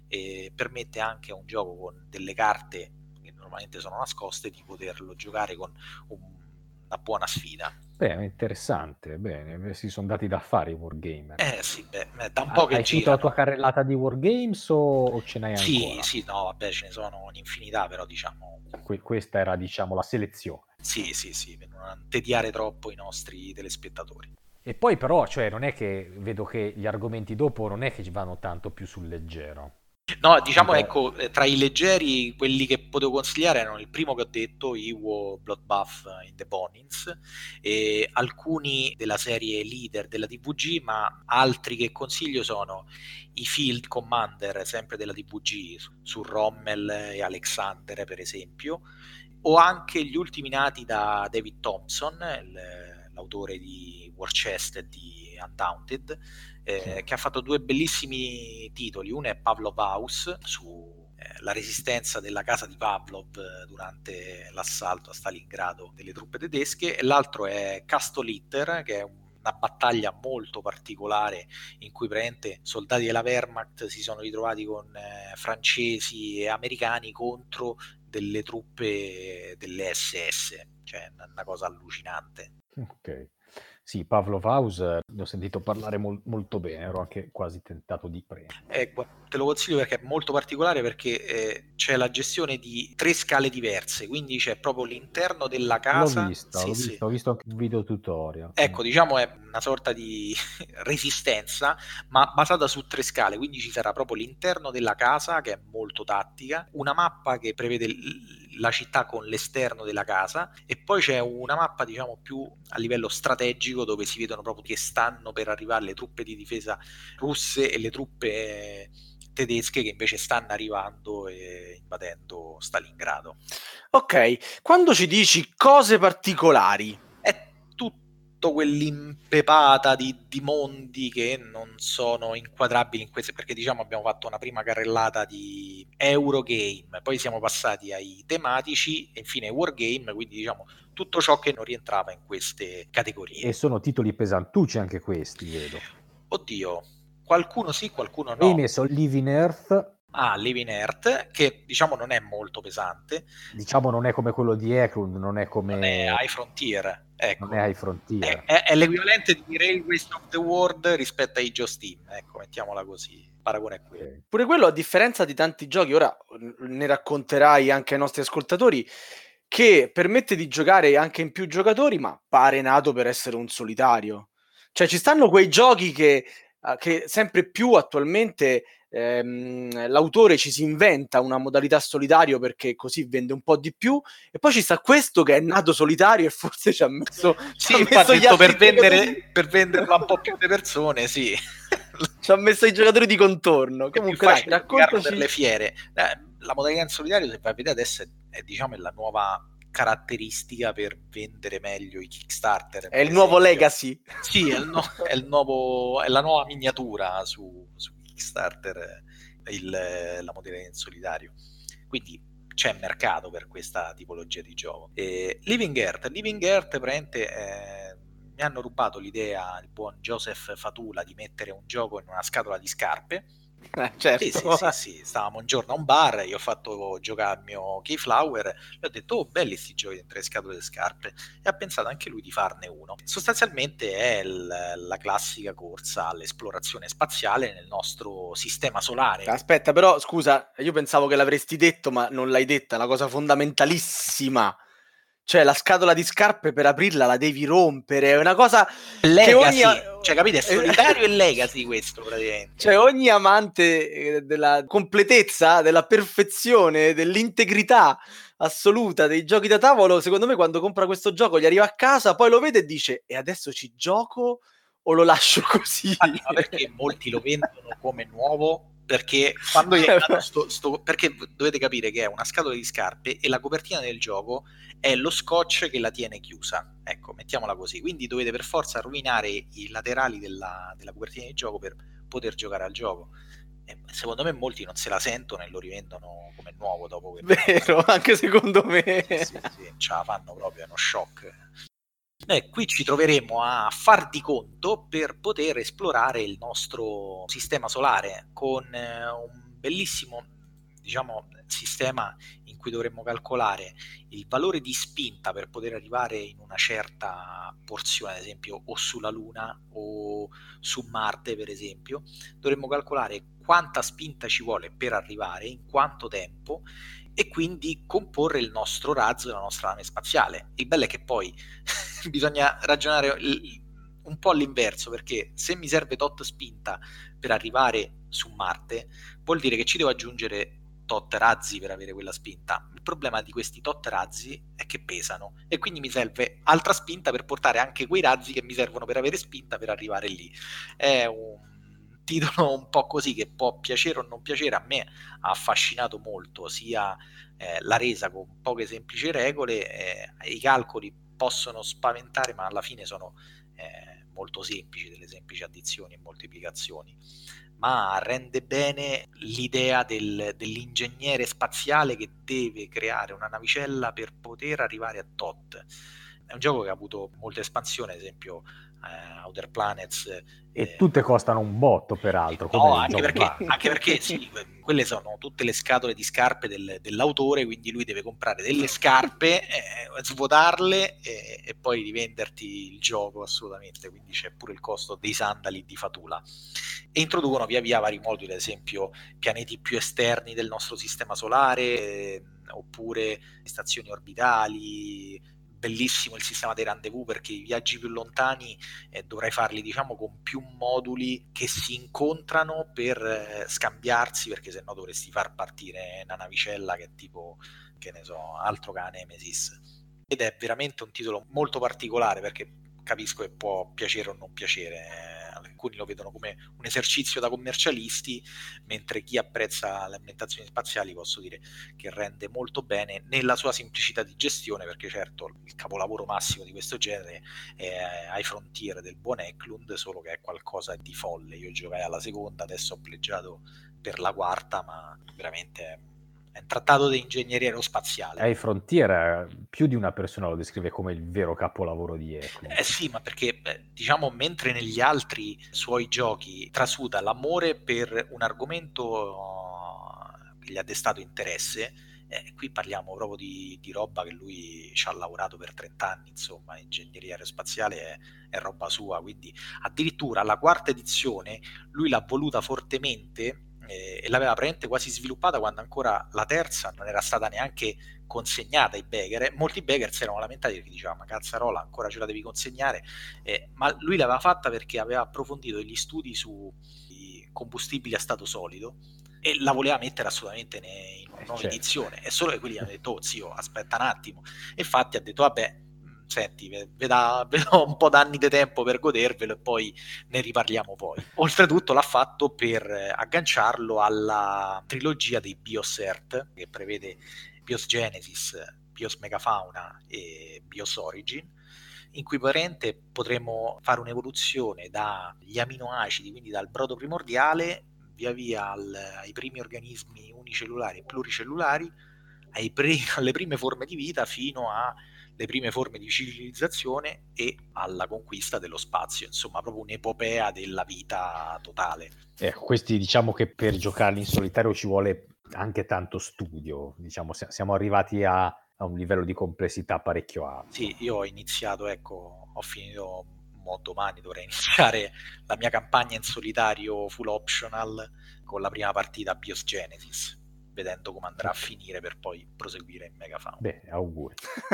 [SPEAKER 2] e permette anche a un gioco con delle carte che normalmente sono nascoste di poterlo giocare con un, una buona sfida.
[SPEAKER 4] Beh, interessante, bene, si sono dati da fare i wargamer.
[SPEAKER 2] Eh sì, beh, da un po' che
[SPEAKER 4] hai finito la tua carrellata di wargames o, o ce n'hai
[SPEAKER 2] sì,
[SPEAKER 4] ancora?
[SPEAKER 2] Sì, no, vabbè, ce ne sono un'infinità, però diciamo...
[SPEAKER 4] Que- questa era, diciamo, la selezione.
[SPEAKER 2] Sì, sì, sì, per non tediare troppo i nostri telespettatori.
[SPEAKER 4] E poi però, cioè, non è che vedo che gli argomenti dopo non è che ci vanno tanto più sul leggero.
[SPEAKER 2] No, diciamo, ecco, tra i leggeri, quelli che potevo consigliare erano il primo che ho detto, Iwo Bloodbath in the Bonins, e alcuni della serie Leader della T V G, ma altri che consiglio sono i Field Commander, sempre della T V G, su, su Rommel e Alexander per esempio, o anche gli ultimi nati da David Thompson, il, l'autore di War Chest e di Undaunted, eh, sì. che ha fatto due bellissimi titoli. Uno è Pavlov House, su eh, la resistenza della casa di Pavlov eh, durante l'assalto a Stalingrado delle truppe tedesche, e l'altro è Castle Hitter, che è un una battaglia molto particolare in cui praticamente soldati della Wehrmacht si sono ritrovati con eh, francesi e americani contro delle truppe delle S S. cioè è una cosa allucinante.
[SPEAKER 4] Ok. Sì, Pavlov House ne ho sentito parlare mol- molto bene, ero anche quasi tentato di prendere.
[SPEAKER 2] Eh, te lo consiglio perché è molto particolare, perché eh, c'è la gestione di tre scale diverse, quindi c'è proprio l'interno della casa.
[SPEAKER 4] L'ho vista,
[SPEAKER 2] Sì,
[SPEAKER 4] l'ho
[SPEAKER 2] sì.
[SPEAKER 4] vista, ho visto anche un video tutorial.
[SPEAKER 2] Ecco, diciamo è una sorta di resistenza, ma basata su tre scale, quindi ci sarà proprio l'interno della casa, che è molto tattica, una mappa che prevede l- la città con l'esterno della casa, e poi c'è una mappa, diciamo, più a livello strategico, dove si vedono proprio che stanno per arrivare le truppe di difesa russe e le truppe eh, tedesche che invece stanno arrivando e invadendo Stalingrado.
[SPEAKER 3] Ok, quando ci dici cose particolari,
[SPEAKER 2] È tutto quell'impepata di, di mondi che non sono inquadrabili in queste, perché diciamo abbiamo fatto una prima carrellata di Eurogame, poi siamo passati ai tematici e infine ai Wargame, quindi diciamo tutto ciò che non rientrava in queste categorie.
[SPEAKER 4] E sono titoli pesantucci anche questi, vedo.
[SPEAKER 2] Oddio, qualcuno sì, qualcuno no.
[SPEAKER 4] E hai messo Living Earth.
[SPEAKER 2] Ah, Living Earth, che diciamo non è molto pesante.
[SPEAKER 4] Diciamo non è come quello di Eklund, non è come...
[SPEAKER 2] Non è High Frontier, ecco.
[SPEAKER 4] Non è High Frontier.
[SPEAKER 2] È, è, è l'equivalente di Railways of the World rispetto a Age of Steam, ecco, mettiamola così, il paragone è quello.
[SPEAKER 4] Okay.
[SPEAKER 3] pure quello, a differenza di tanti giochi, ora ne racconterai anche ai nostri ascoltatori, che permette di giocare anche in più giocatori, ma pare nato per essere un solitario. Cioè ci stanno quei giochi che, eh, che sempre più attualmente ehm, l'autore ci si inventa una modalità solitario perché così vende un po' di più, e poi ci sta questo che è nato solitario e forse ci ha messo, ci
[SPEAKER 2] Sì,
[SPEAKER 3] ha
[SPEAKER 2] infatti,
[SPEAKER 3] messo gli
[SPEAKER 2] detto
[SPEAKER 3] altri
[SPEAKER 2] per, vendere,
[SPEAKER 3] giocatori-
[SPEAKER 2] per venderla un po' più di persone, sì.
[SPEAKER 3] ci ha messo i giocatori di contorno.
[SPEAKER 2] È più
[SPEAKER 3] Comunque dai,
[SPEAKER 2] facile giocarlo
[SPEAKER 3] raccontaci.
[SPEAKER 2] per le fiere. Eh, la modalità in solitario, se vai a vedere adesso, è, è, diciamo, è la nuova caratteristica per vendere meglio i Kickstarter.
[SPEAKER 3] È il nuovo Legacy.
[SPEAKER 2] Sì, è, il no, è, il nuovo, è la nuova miniatura su, su Kickstarter, il, la modalità in solitario. Quindi c'è mercato per questa tipologia di gioco. E Living Earth, Living Earth praticamente eh, mi hanno rubato l'idea, il buon Joseph Fatula, di mettere un gioco in una scatola di scarpe.
[SPEAKER 3] Eh, certo.
[SPEAKER 2] Sì, sì, sì, sì, stavamo un giorno a un bar, io ho fatto giocare il mio Keyflower, gli ho detto oh belli sti giochi dentro le scatole di scarpe, e ha pensato anche lui di farne uno. Sostanzialmente è il, la classica corsa all'esplorazione spaziale nel nostro sistema solare.
[SPEAKER 3] Aspetta, però scusa, io pensavo che l'avresti detto, ma non l'hai detta, una cosa fondamentalissima. Cioè, la scatola di scarpe per aprirla la devi rompere, è una cosa
[SPEAKER 2] Legacy,
[SPEAKER 3] che ogni...
[SPEAKER 2] cioè capite, è solitario e legacy questo praticamente.
[SPEAKER 3] Cioè ogni amante della completezza, della perfezione, dell'integrità assoluta dei giochi da tavolo, secondo me quando compra questo gioco gli arriva a casa, poi lo vede e dice e adesso ci gioco o lo lascio così?
[SPEAKER 2] Ah, ma perché molti lo vendono come nuovo? Perché quando gli è dato sto, sto, perché dovete capire che è una scatola di scarpe e la copertina del gioco è lo scotch che la tiene chiusa, ecco, mettiamola così, quindi dovete per forza rovinare i laterali della, della copertina di gioco per poter giocare al gioco. E secondo me molti non se la sentono e lo rivendono come nuovo dopo che
[SPEAKER 3] vero, anche secondo me
[SPEAKER 2] sì, sì, sì, ce la fanno proprio, è uno shock. Beh, qui ci troveremo a far di conto per poter esplorare il nostro sistema solare con eh, un bellissimo, diciamo, sistema in cui dovremmo calcolare il valore di spinta per poter arrivare in una certa porzione, ad esempio o sulla Luna o su Marte, per esempio. Dovremmo calcolare quanta spinta ci vuole per arrivare, in quanto tempo, e quindi comporre il nostro razzo e la nostra nave spaziale. Il bello è che poi bisogna ragionare un po' all'inverso, perché se mi serve tot spinta per arrivare su Marte, vuol dire che ci devo aggiungere tot razzi per avere quella spinta. Il problema di questi tot razzi è che pesano e quindi mi serve altra spinta per portare anche quei razzi che mi servono per avere spinta per arrivare lì. È un titolo un po' così che può piacere o non piacere. A me ha affascinato molto sia eh, la resa con poche semplici regole, eh, i calcoli possono spaventare ma alla fine sono eh, molto semplici, delle semplici addizioni e moltiplicazioni, ma rende bene l'idea del, dell'ingegnere spaziale che deve creare una navicella per poter arrivare a tot. è un gioco che ha avuto molta espansione, ad esempio eh, Outer Planets.
[SPEAKER 4] E
[SPEAKER 2] eh,
[SPEAKER 4] tutte costano un botto, peraltro,
[SPEAKER 2] No,
[SPEAKER 4] come il
[SPEAKER 2] anche
[SPEAKER 4] gioco
[SPEAKER 2] perché,
[SPEAKER 4] base.
[SPEAKER 2] anche perché sì, quelle sono tutte le scatole di scarpe del- dell'autore, quindi lui deve comprare delle scarpe, eh, svuotarle e, e poi rivenderti il gioco assolutamente, quindi c'è pure il costo dei sandali di Fatula. E introducono via via vari moduli, ad esempio pianeti più esterni del nostro sistema solare, eh, oppure stazioni orbitali. Bellissimo il sistema dei rendezvous, perché i viaggi più lontani eh, dovrai farli, diciamo, con più moduli che si incontrano per eh, scambiarsi, perché sennò dovresti far partire una navicella che è tipo, che ne so, altro che la Nemesis. Ed è veramente un titolo molto particolare, perché capisco che può piacere o non piacere. Alcuni lo vedono come un esercizio da commercialisti, mentre chi apprezza le ambientazioni spaziali posso dire che rende molto bene nella sua semplicità di gestione, perché certo il capolavoro massimo di questo genere è High Frontier del buon Eklund, solo che è qualcosa di folle. Io giocai alla seconda, adesso ho pleggiato per la quarta, ma veramente è un trattato di ingegneria aerospaziale.
[SPEAKER 4] High Frontier, più di una persona lo descrive come il vero capolavoro di Eklund.
[SPEAKER 2] Eh sì, ma perché eh, diciamo, mentre negli altri suoi giochi trasuda l'amore per un argomento che gli ha destato interesse, eh, qui parliamo proprio di, di roba che lui ci ha lavorato per trenta anni, insomma, ingegneria aerospaziale è, è roba sua, quindi addirittura la quarta edizione lui l'ha voluta fortemente eh, e l'aveva praticamente quasi sviluppata quando ancora la terza non era stata neanche consegnata ai backer. Molti backer si erano lamentati perché diceva ma cazzarola ancora ce la devi consegnare, eh, ma lui l'aveva fatta perché aveva approfondito gli studi sui combustibili a stato solido e la voleva mettere assolutamente in una nuova
[SPEAKER 4] certo.
[SPEAKER 2] edizione. È solo che quelli hanno detto oh zio aspetta un attimo, e infatti ha detto vabbè senti, ve da, ve do un po' d'anni di tempo per godervelo e poi ne riparliamo poi. Oltretutto l'ha fatto per agganciarlo alla trilogia dei BIOS Earth, che prevede BIOS Genesis, BIOS Megafauna e BIOS Origin, in cui praticamente potremo fare un'evoluzione dagli aminoacidi, quindi dal brodo primordiale, via via al, ai primi organismi unicellulari e pluricellulari, ai pre, alle prime forme di vita, fino alle prime forme di civilizzazione e alla conquista dello spazio. Insomma, proprio un'epopea della vita totale.
[SPEAKER 4] Ecco, questi diciamo che per giocarli in solitario ci vuole anche tanto studio, diciamo, siamo arrivati a, a un livello di complessità parecchio alto.
[SPEAKER 2] Sì, io ho iniziato, ecco, ho finito, mo domani dovrei iniziare la mia campagna in solitario full optional con la prima partita BIOS Genesis, vedendo come andrà a finire per poi proseguire in Megafauna.
[SPEAKER 4] Beh, auguri.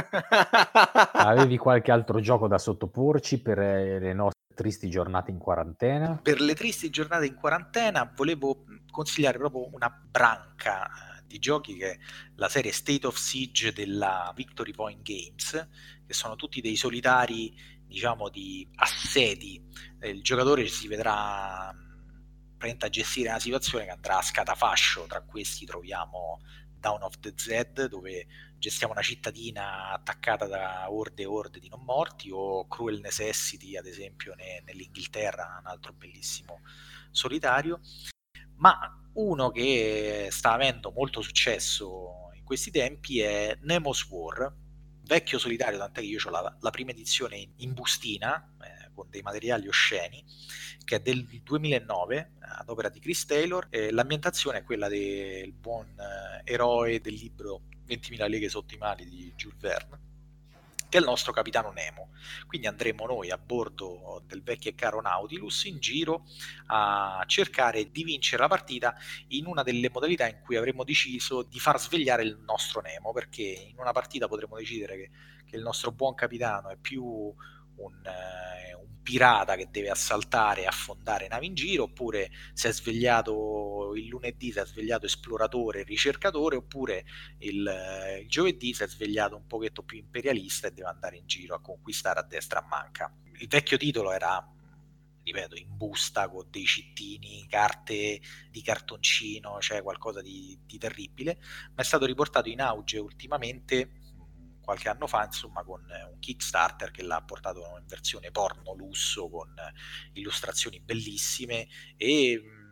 [SPEAKER 4] Avevi qualche altro gioco da sottoporci per le nostre tristi giornate in quarantena?
[SPEAKER 2] Per le tristi giornate in quarantena volevo consigliare proprio una branca di giochi, che è la serie State of Siege della Victory Point Games, che sono tutti dei solitari, diciamo, di assedi. Il giocatore si vedrà a gestire una situazione che andrà a scatafascio. Tra questi troviamo Dawn of the Zed, dove gestiamo una cittadina attaccata da orde e orde di non morti, o Cruel Necessity, ad esempio, ne, nell'Inghilterra, un altro bellissimo solitario. Ma uno che sta avendo molto successo in questi tempi è Nemo's War, vecchio solitario, tant'è che io ho la, la prima edizione in, in bustina, eh, con dei materiali osceni, che è del duemilanove, ad opera di Chris Taylor. Eh, l'ambientazione è quella del buon eh, eroe del libro ventimila leghe sotto i mali di Jules Verne, che è il nostro capitano Nemo. Quindi andremo noi a bordo del vecchio e caro Nautilus in giro a cercare di vincere la partita in una delle modalità in cui avremo deciso di far svegliare il nostro Nemo, perché in una partita potremo decidere che, che il nostro buon capitano è più un, eh, un pirata che deve assaltare e affondare navi in giro, oppure si è svegliato il lunedì, si è svegliato esploratore e ricercatore, oppure il, il giovedì si è svegliato un pochetto più imperialista e deve andare in giro a conquistare a destra e a manca. Il vecchio titolo era, ripeto, in busta con dei cittini, carte di cartoncino, cioè qualcosa di, di terribile, ma è stato riportato in auge ultimamente, qualche anno fa, insomma, con un Kickstarter che l'ha portato in versione porno lusso, con illustrazioni bellissime e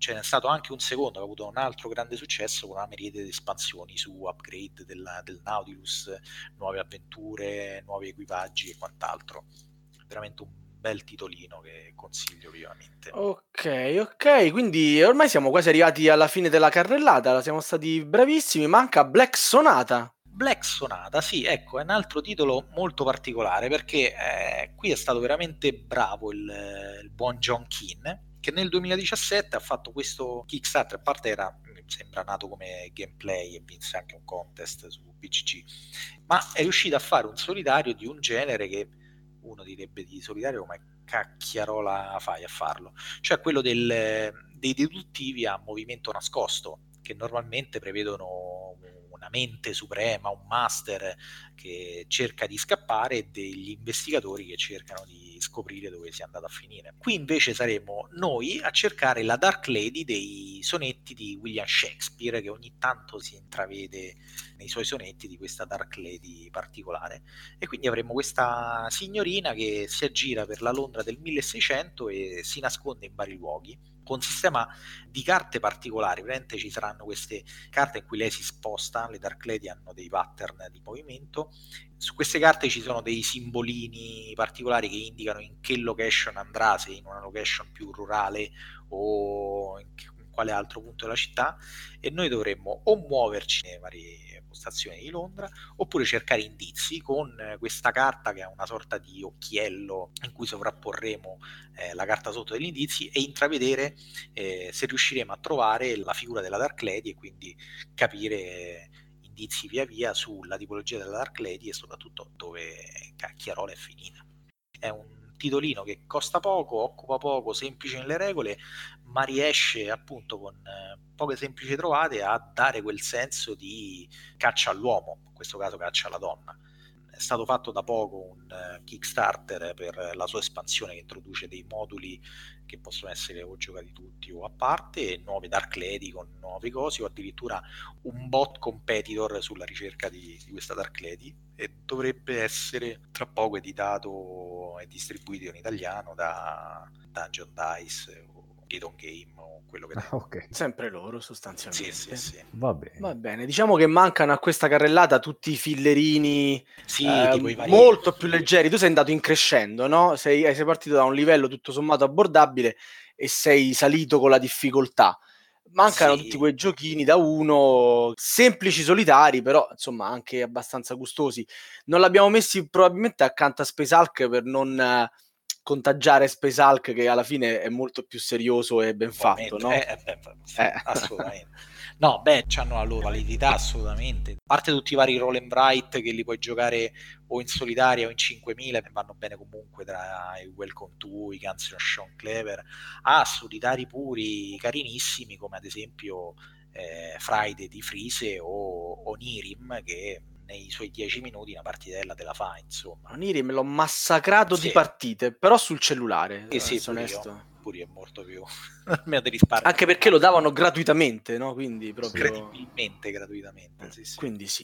[SPEAKER 2] ce n'è stato anche un secondo che ha avuto un altro grande successo con una miriade di espansioni su upgrade della, del Nautilus, nuove avventure, nuovi equipaggi e quant'altro. Veramente un bel titolino che consiglio vivamente.
[SPEAKER 3] Ok, ok, quindi ormai siamo quasi arrivati alla fine della carrellata, siamo stati bravissimi, manca Black Sonata.
[SPEAKER 2] Black Sonata, sì, ecco, è un altro titolo molto particolare perché eh, qui è stato veramente bravo il, il buon John Keane, che nel duemiladiciassette ha fatto questo Kickstarter. A parte era, mi sembra, nato come gameplay e vinse anche un contest su P C G, ma è riuscito a fare un solitario di un genere che uno direbbe di solitario come cacchiarola fai a farlo, cioè quello del, dei deduttivi a movimento nascosto, che normalmente prevedono una mente suprema, un master che cerca di scappare e degli investigatori che cercano di scoprire dove sia andato a finire. Qui invece saremo noi a cercare la Dark Lady dei sonetti di William Shakespeare, che ogni tanto si intravede nei suoi sonetti di questa Dark Lady particolare, e quindi avremo questa signorina che si aggira per la Londra del milleseicento e si nasconde in vari luoghi con un sistema di carte particolari. Veramente ci saranno queste carte in cui lei si sposta, le Dark Lady hanno dei pattern di movimento, su queste carte ci sono dei simbolini particolari che indicano in che location andrà, se in una location più rurale o in quale altro punto della città, e noi dovremmo o muoverci nelle varie postazioni di Londra oppure cercare indizi con questa carta che è una sorta di occhiello in cui sovrapporremo eh, la carta sotto degli indizi e intravedere eh, se riusciremo a trovare la figura della Dark Lady e quindi capire indizi via via sulla tipologia della Dark Lady e soprattutto dove cacchiarola è finita. È un titolino che costa poco, occupa poco, semplice nelle regole, ma riesce appunto con eh, poche semplici trovate a dare quel senso di caccia all'uomo, in questo caso caccia alla donna. È stato fatto da poco un uh, Kickstarter per la sua espansione che introduce dei moduli che possono essere o giocati tutti o a parte, e nuove Dark Lady con nuovi cosi, o addirittura un bot competitor sulla ricerca di, di questa Dark Lady, e dovrebbe essere tra poco editato e distribuito in italiano da Dungeon Dice o Gaton Game o quello che
[SPEAKER 4] ah, okay.
[SPEAKER 3] Sempre loro sostanzialmente.
[SPEAKER 2] Sì, sì, sì.
[SPEAKER 4] Va bene.
[SPEAKER 3] Va bene, diciamo che mancano a questa carrellata tutti i fillerini
[SPEAKER 2] sì,
[SPEAKER 3] eh,
[SPEAKER 2] tipo i vari...
[SPEAKER 3] molto più leggeri. Tu sei andato in crescendo, no? Sei, sei partito da un livello tutto sommato abbordabile e sei salito con la difficoltà. Mancano
[SPEAKER 2] sì.
[SPEAKER 3] tutti quei giochini da uno, semplici, solitari, però insomma anche abbastanza gustosi. Non l'abbiamo messi probabilmente accanto a Space Hulk per non eh, contagiare Space Hulk, che alla fine è molto più serioso e ben fatto, no?
[SPEAKER 2] Eh, eh, beh, sì,
[SPEAKER 3] Eh.
[SPEAKER 2] assolutamente. No, beh, hanno la loro validità, assolutamente. A parte tutti i vari roll and write che li puoi giocare o in solitaria o in cinquemila, vanno bene comunque tra i Welcome to, i Guns N' Sean Clever, a solitari puri carinissimi come ad esempio eh, Friday di Freeze o Onirim, che nei suoi dieci minuti una partitella te la fa, insomma.
[SPEAKER 3] Onirim l'ho massacrato
[SPEAKER 2] sì.
[SPEAKER 3] di partite, però sul cellulare,
[SPEAKER 2] eh sì,
[SPEAKER 3] sono
[SPEAKER 2] pure
[SPEAKER 3] onesto.
[SPEAKER 2] Io. Pure è molto più almeno di risparmio,
[SPEAKER 3] anche perché lo davano gratuitamente, no? Quindi proprio
[SPEAKER 2] credibilmente gratuitamente, sì, sì.
[SPEAKER 3] Quindi sì.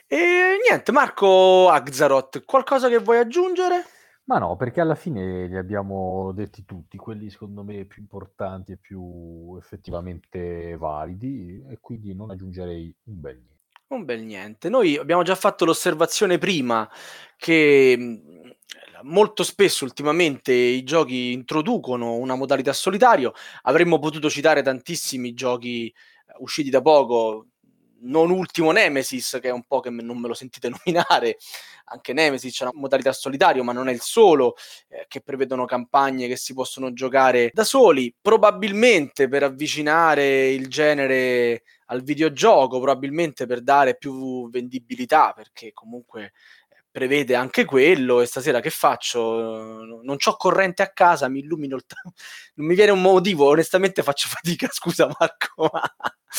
[SPEAKER 3] E niente, Marco Axaroth, qualcosa che vuoi aggiungere?
[SPEAKER 4] Ma no, perché alla fine li abbiamo detti tutti, quelli secondo me più importanti e più effettivamente validi, e quindi non aggiungerei un bel niente.
[SPEAKER 3] Un bel niente. Noi abbiamo già fatto l'osservazione prima che molto spesso ultimamente i giochi introducono una modalità solitario. Avremmo potuto citare tantissimi giochi usciti da poco, non ultimo Nemesis, che è un po' che non me lo sentite nominare. Anche Nemesis c'è una modalità solitario, ma non è il solo, eh, che prevedono campagne che si possono giocare da soli, probabilmente per avvicinare il genere al videogioco, probabilmente per dare più vendibilità, perché comunque prevede anche quello. E stasera che faccio? Non c'ho corrente a casa, mi illumino il t- non mi viene un motivo, onestamente faccio fatica, scusa Marco, ma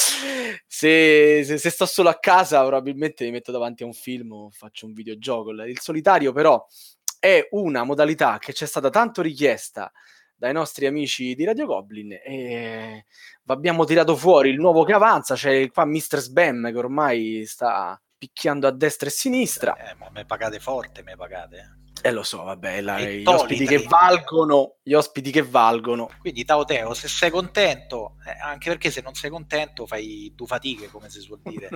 [SPEAKER 3] se, se, se sto solo a casa probabilmente mi metto davanti a un film o faccio un videogioco. Il solitario però è una modalità che c'è stata tanto richiesta dai nostri amici di Radio Goblin e abbiamo tirato fuori il nuovo che avanza. C'è qua mister Sbam che ormai sta picchiando a destra e a sinistra.
[SPEAKER 2] Eh, ma me pagate forte, me pagate.
[SPEAKER 3] Eh lo so, vabbè, la,
[SPEAKER 2] E
[SPEAKER 3] gli
[SPEAKER 2] Toli,
[SPEAKER 3] ospiti che
[SPEAKER 2] dai.
[SPEAKER 3] valgono, gli ospiti che valgono.
[SPEAKER 2] Quindi Tao Teo, se sei contento, eh, anche perché se non sei contento fai due fatiche, come si suol dire.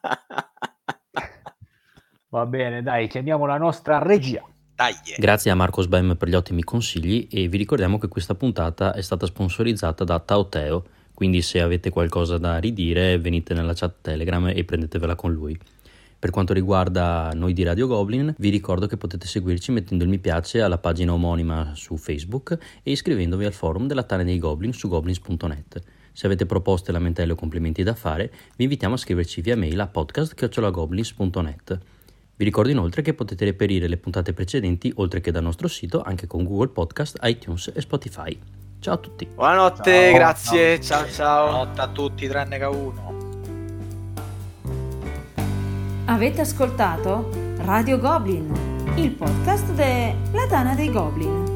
[SPEAKER 4] Va bene, dai, chiamiamo la nostra regia.
[SPEAKER 2] Dai.
[SPEAKER 5] Grazie a Marcos Bem per gli ottimi consigli e vi ricordiamo che questa puntata è stata sponsorizzata da Tao Teo, quindi se avete qualcosa da ridire venite nella chat Telegram e prendetevela con lui. Per quanto riguarda noi di Radio Goblin, vi ricordo che potete seguirci mettendo il mi piace alla pagina omonima su Facebook e iscrivendovi al forum della Tana dei Goblin su goblins punto net. Se avete proposte, lamentele o complimenti da fare, vi invitiamo a scriverci via mail a podcast chiocciola goblins punto net. Vi ricordo inoltre che potete reperire le puntate precedenti, oltre che dal nostro sito, anche con Google Podcast, iTunes e Spotify. Ciao a tutti.
[SPEAKER 3] Buonanotte,
[SPEAKER 4] Ciao.
[SPEAKER 3] grazie, ciao ciao.
[SPEAKER 2] Buonanotte a tutti, tranne che a uno.
[SPEAKER 1] Avete ascoltato Radio Goblin, il podcast della Tana dei Goblin.